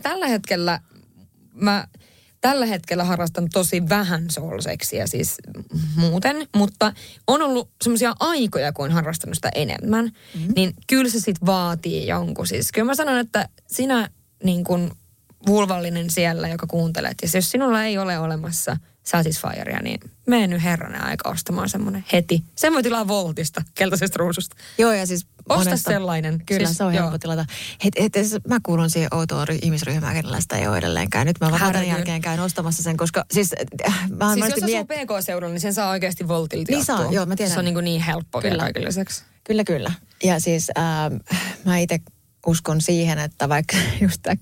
tällä hetkellä harrastan tosi vähän sooloseksiä siis muuten, mutta on ollut semmoisia aikoja, kun on harrastanut sitä enemmän, niin kyllä se sit vaatii jonkun. Siis kyllä mä sanon, että sinä niin kuin vulvallinen siellä, joka kuuntelet, ja jos sinulla ei ole olemassa Satisfyeria, niin mene nyt herranen aika ostamaan semmoinen heti. Sen voi tilaa Voltista, keltaisesta ruususta. Joo, ja siis osta sellainen. Kyllä, siis, se on helppo tilata. Mä kuulun siihen outoon ihmisryhmään, kenellä sitä ei ole edelleenkään. Nyt mä vapauden jälkeen käyn ostamassa sen, jos asuu PK-seudulla, niin sen saa oikeasti Voltilta tilattua. Niin saa, joo, mä tiedän. Se on niin helppo vielä kaikille lisäksi. Kyllä. Ja siis mä itse uskon siihen, että vaikka just tämä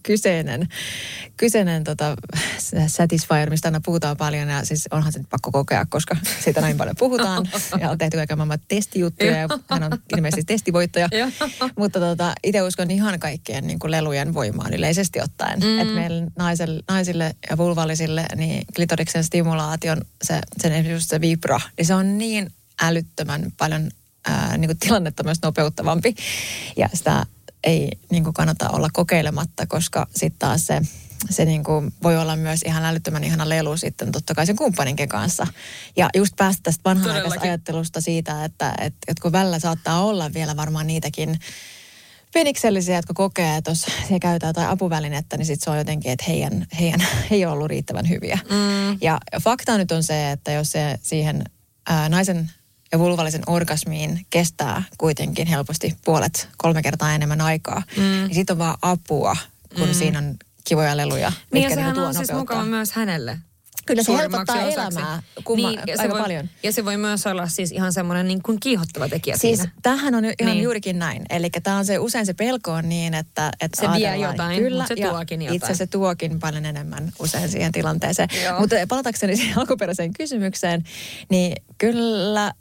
kyseinen Satisfyer, mistä aina puhutaan paljon, ja siis onhan se nyt pakko kokea, koska siitä näin paljon puhutaan, ja on tehty kaiken maailman testijuttuja, ja hän on ilmeisesti testivoittaja. Mutta itse uskon ihan kaikkien niin kuin lelujen voimaan yleisesti ottaen. Että meillä naisille ja vulvallisille, niin klitoriksen stimulaation, just se vibra, niin se on niin älyttömän paljon niin kuin tilannetta myös nopeuttavampi, ja sitä ei niin kuin kannata olla kokeilematta, koska sitten taas se niin kuin voi olla myös ihan älyttömän ihana lelu sitten totta kai sen kumppaninkin kanssa. Ja just päästä tästä vanhanaikaisesta ajattelusta siitä, että kun välillä saattaa olla vielä varmaan niitäkin peniksellisiä, jotka kokee, että jos siellä käytetään jotain apuvälinettä, niin sitten se on jotenkin, että heidän ei ole ollut riittävän hyviä. Ja fakta nyt on se, että jos se siihen naisen ja vulvallisen orgasmiin kestää kuitenkin helposti 3 kertaa enemmän aikaa. Niin siitä on vaan apua, kun siinä on kivoja leluja. Niin ja sehän on siis mukava myös hänelle. Kyllä se helpottaa elämää aika paljon. Ja se voi myös olla siis ihan semmoinen niin kuin kiihottava tekijä siis siinä. Tämähän on ihan juurikin näin. Eli tämä on usein se pelko on niin, että se vie jotain, kyllä, mutta se tuokin jotain. Itse se tuokin paljon enemmän usein siihen tilanteeseen. Mutta palatakseni siihen alkuperäiseen kysymykseen, niin kyllä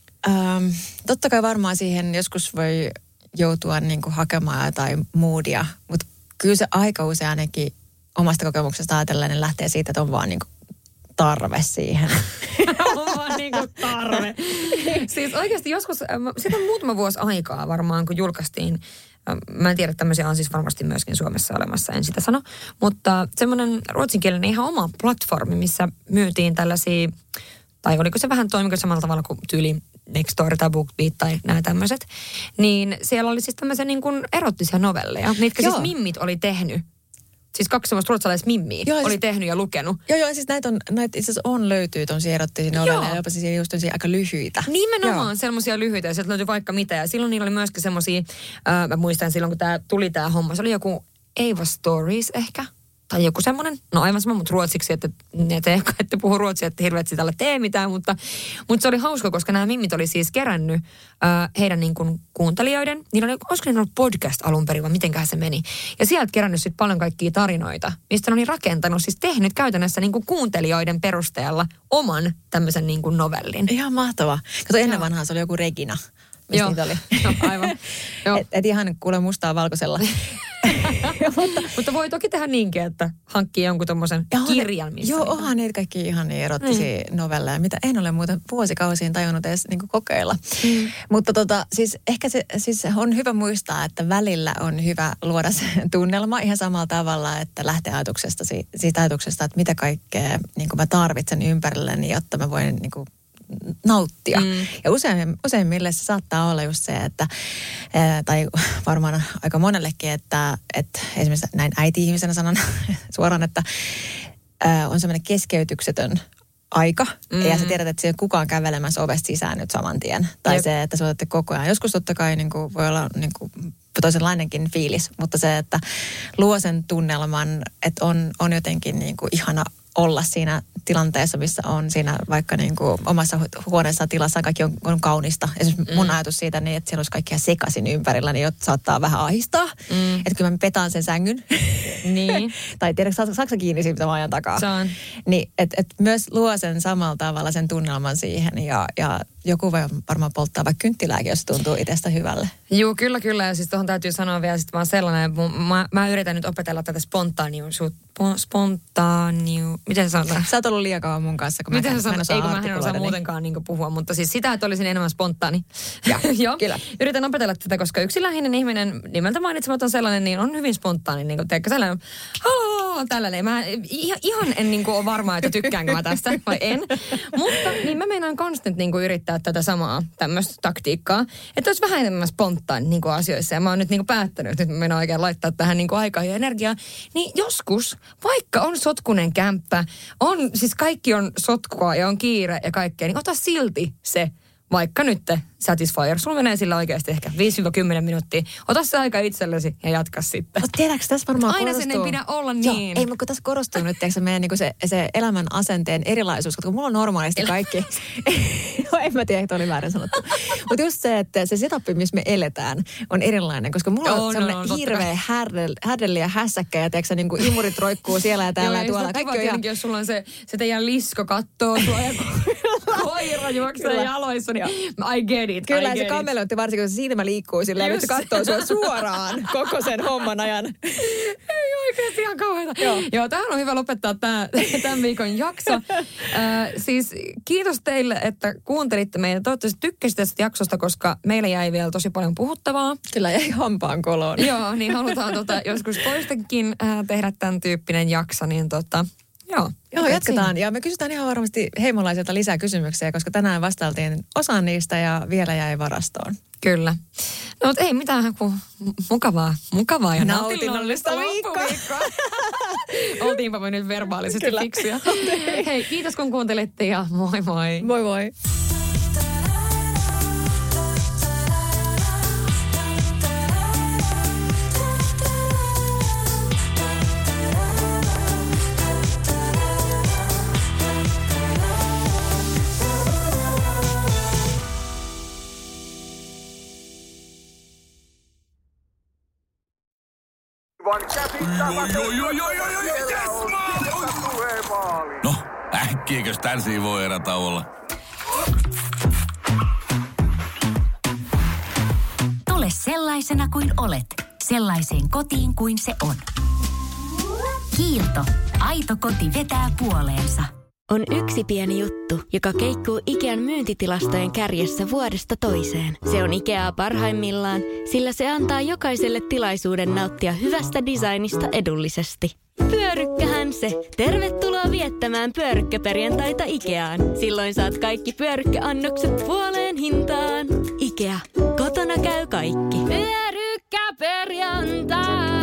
totta kai varmaan siihen joskus voi joutua niin kuin hakemaan jotain moodia, mutta kyllä se aika usein ainakin omasta kokemuksesta ajatellen, niin lähtee siitä, että on vaan niin kuin tarve siihen. On vaan niin kuin tarve. Siis oikeasti joskus, siitä on muutama vuosi aikaa varmaan, kun julkaistiin. Mä en tiedä, että tämmöisiä on siis varmasti myöskin Suomessa olemassa, en sitä sano. Mutta semmoinen ruotsinkielinen ihan oma platformi, missä myytiin tällaisia, tai oliko se vähän toimiko samalla tavalla kuin tyyli Nextory tai BookBeat tai nämä tämmöiset. Niin siellä oli siis tämmöisiä niin kuin erottisia novelleja, mitkä siis mimmit oli tehnyt. Siis 2 semmoista ruotsalaismimmiä oli tehnyt ja lukenut. Joo, siis näitä itse asiassa löytyy tommosia erottisia novelleja, jopa siis just tommosia aika lyhyitä. Nimenomaan semmosia lyhyitä, ja sieltä löytyi vaikka mitä. Ja silloin niillä oli myöskin semmosia, mä muistan silloin, kun tuli tää homma, se oli joku Ava Stories ehkä. Tai joku semmoinen, no aivan sama, mutta ruotsiksi, että te ette puhu ruotsia, että hirveästi tällä tee mitään, mutta se oli hauska, koska nämä mimmit oli siis kerännyt heidän niin kuin kuuntelijoiden, niillä oli, olisiko niillä ollut podcast alun perin, vai mitenköhän se meni, ja sieltä kerännyt sitten paljon kaikkia tarinoita, mistä ne oli rakentanut, siis tehnyt käytännössä niin kuin kuuntelijoiden perusteella oman tämmöisen niin kuin novellin. Ihan mahtavaa. Kato, ennen vanhaa se oli joku Regina. Joo, niitä oli? No, aivan. Et ihan kuule mustaa valkoisella. Mutta voi toki tehdä niinkin, että hankkii jonkun tommosen kirjan, missä... Joo, onhan niitä kaikki ihan niin erottisia novelleja, mitä en ole muuten vuosikausiin tajunnut edes niin kuin kokeilla. Mutta siis ehkä se siis on hyvä muistaa, että välillä on hyvä luoda se tunnelma ihan samalla tavalla, että lähtee siitä ajatuksesta, että mitä kaikkea niin kuin mä tarvitsen ympärilleni, jotta mä voin niin kuin nauttia. Ja useimmille se saattaa olla just se, että, tai varmaan aika monellekin, että esimerkiksi näin äiti-ihmisenä sanon suoraan, että on semmoinen keskeytyksetön aika, ja sä tiedät, että siellä kukaan kävelemässä ovesta sisään nyt saman tien. Tai se, että sä otatte koko ajan. Joskus totta kai niin kuin, voi olla niin kuin, toisenlainenkin fiilis, mutta se, että luo sen tunnelman, että on jotenkin niin kuin ihana olla siinä tilanteessa, missä on siinä vaikka niin kuin omassa huoneessa tilassa kaikki on kaunista. Esimerkiksi mun ajatus siitä niin, että siellä olisi kaikkia sekaisin ympärillä, niin saattaa vähän ahistaa. Että kyllä mä petaan sen sängyn. Niin. Tai tiedätkö, saako kiinni siitä, mitä mä ajan takaa? Saan. Niin, että myös luo sen samalla tavalla sen tunnelman siihen ja joku voi varmaan polttaa vaikka kynttilääkin, jos tuntuu itsestä hyvälle. Joo, kyllä. Ja siis tuohon täytyy sanoa vielä sitten vaan sellainen, mä yritän nyt opetella tätä miten sä sanotaan? Sä oot ollut liian kauan mun kanssa, kun miten mä en osaa muutenkaan niin puhua, mutta siis sitä, että olisin enemmän spontaani. Joo, kyllä. Yritän opetella tätä, koska yksi läheinen ihminen, nimeltä mainitsematon sellainen, niin on hyvin spontaani. Niin teekö sellainen, haloo, tällainen. Mä ihan en niin kuin ole varma, että tykkäänkö mä tästä vai en. Mutta niin mä meinaan konstant niin kuin yrittää tätä samaa tämmöistä taktiikkaa, että olisi vähän enemmän spontaani niin kuin asioissa. Ja mä oon nyt niin kuin päättänyt, että nyt mä meinaan oikein laittaa tähän niin kuin aikaa ja energiaa. Niin joskus, vaikka on sotkunen kämppä, siis kaikki on sotkua ja on kiire ja kaikkea, niin ota silti se, vaikka nyt Satisfyer. Sulla menee sillä oikeasti ehkä 5-10 minuuttia. Ota se aika itsellesi ja jatka sitten. Mutta tiedätkö, tässä varmaan aina korostuu. Sen ei pidä olla niin. Joo, ei, mutta tässä korostuu nyt, tiedätkö, meidän niin se elämän asenteen erilaisuus, koska mulla on normaalisti kaikki. No en mä tiedä, että oli väärin sanottu. Mutta just se, että se setup, missä me eletään, on erilainen, koska mulla on sellainen hirveä härdelli ja hässäkkä ja tiedätkö, niin kuin imurit roikkuu siellä ja täällä ja tuolla. Kaikki on ihan... Jos sulla on se teidän lisko kattoo sua ja koira juoksee jaloissa, niin I get it. Kyllä, se kameleontti varsinkin, kun se silmä liikkuu silleen, että se katsoo sua suoraan koko sen homman ajan. Ei oikeasti ihan kauheeta. Joo, tähän on hyvä lopettaa tämän viikon jakso. Siis kiitos teille, että kuuntelitte meitä. Toivottavasti tykkäsitte tästä jaksosta, koska meillä jäi vielä tosi paljon puhuttavaa. Kyllä jäi hampaan koloon. Joo, niin halutaan joskus toistenkin tehdä tämän tyyppinen jakso, niin Joo, jatketaan. Ja me kysytään ihan varmasti heimolaisilta lisää kysymyksiä, koska tänään vastailtiin osaan niistä ja vielä jäi varastoon. Kyllä. No mutta ei mitään kuin mukavaa ja nautinnollista viikkoa. Oltiinpa me nyt verbaalisesti fiksuja. Hei, kiitos kun kuuntelitte ja moi moi. Moi moi. No, äkkiäkös tän voi erätä olla? Tule sellaisena kuin olet, sellaiseen kotiin kuin se on. Kiilto. Aito koti vetää puoleensa. On yksi pieni juttu, joka keikkuu Ikean myyntitilastojen kärjessä vuodesta toiseen. Se on Ikeaa parhaimmillaan, sillä se antaa jokaiselle tilaisuuden nauttia hyvästä designista edullisesti. Pyörykkähän se! Tervetuloa viettämään pyörykkäperjantaita Ikeaan. Silloin saat kaikki pyörykkäannokset puoleen hintaan. Ikea. Kotona käy kaikki. Pyörykkäperjantai!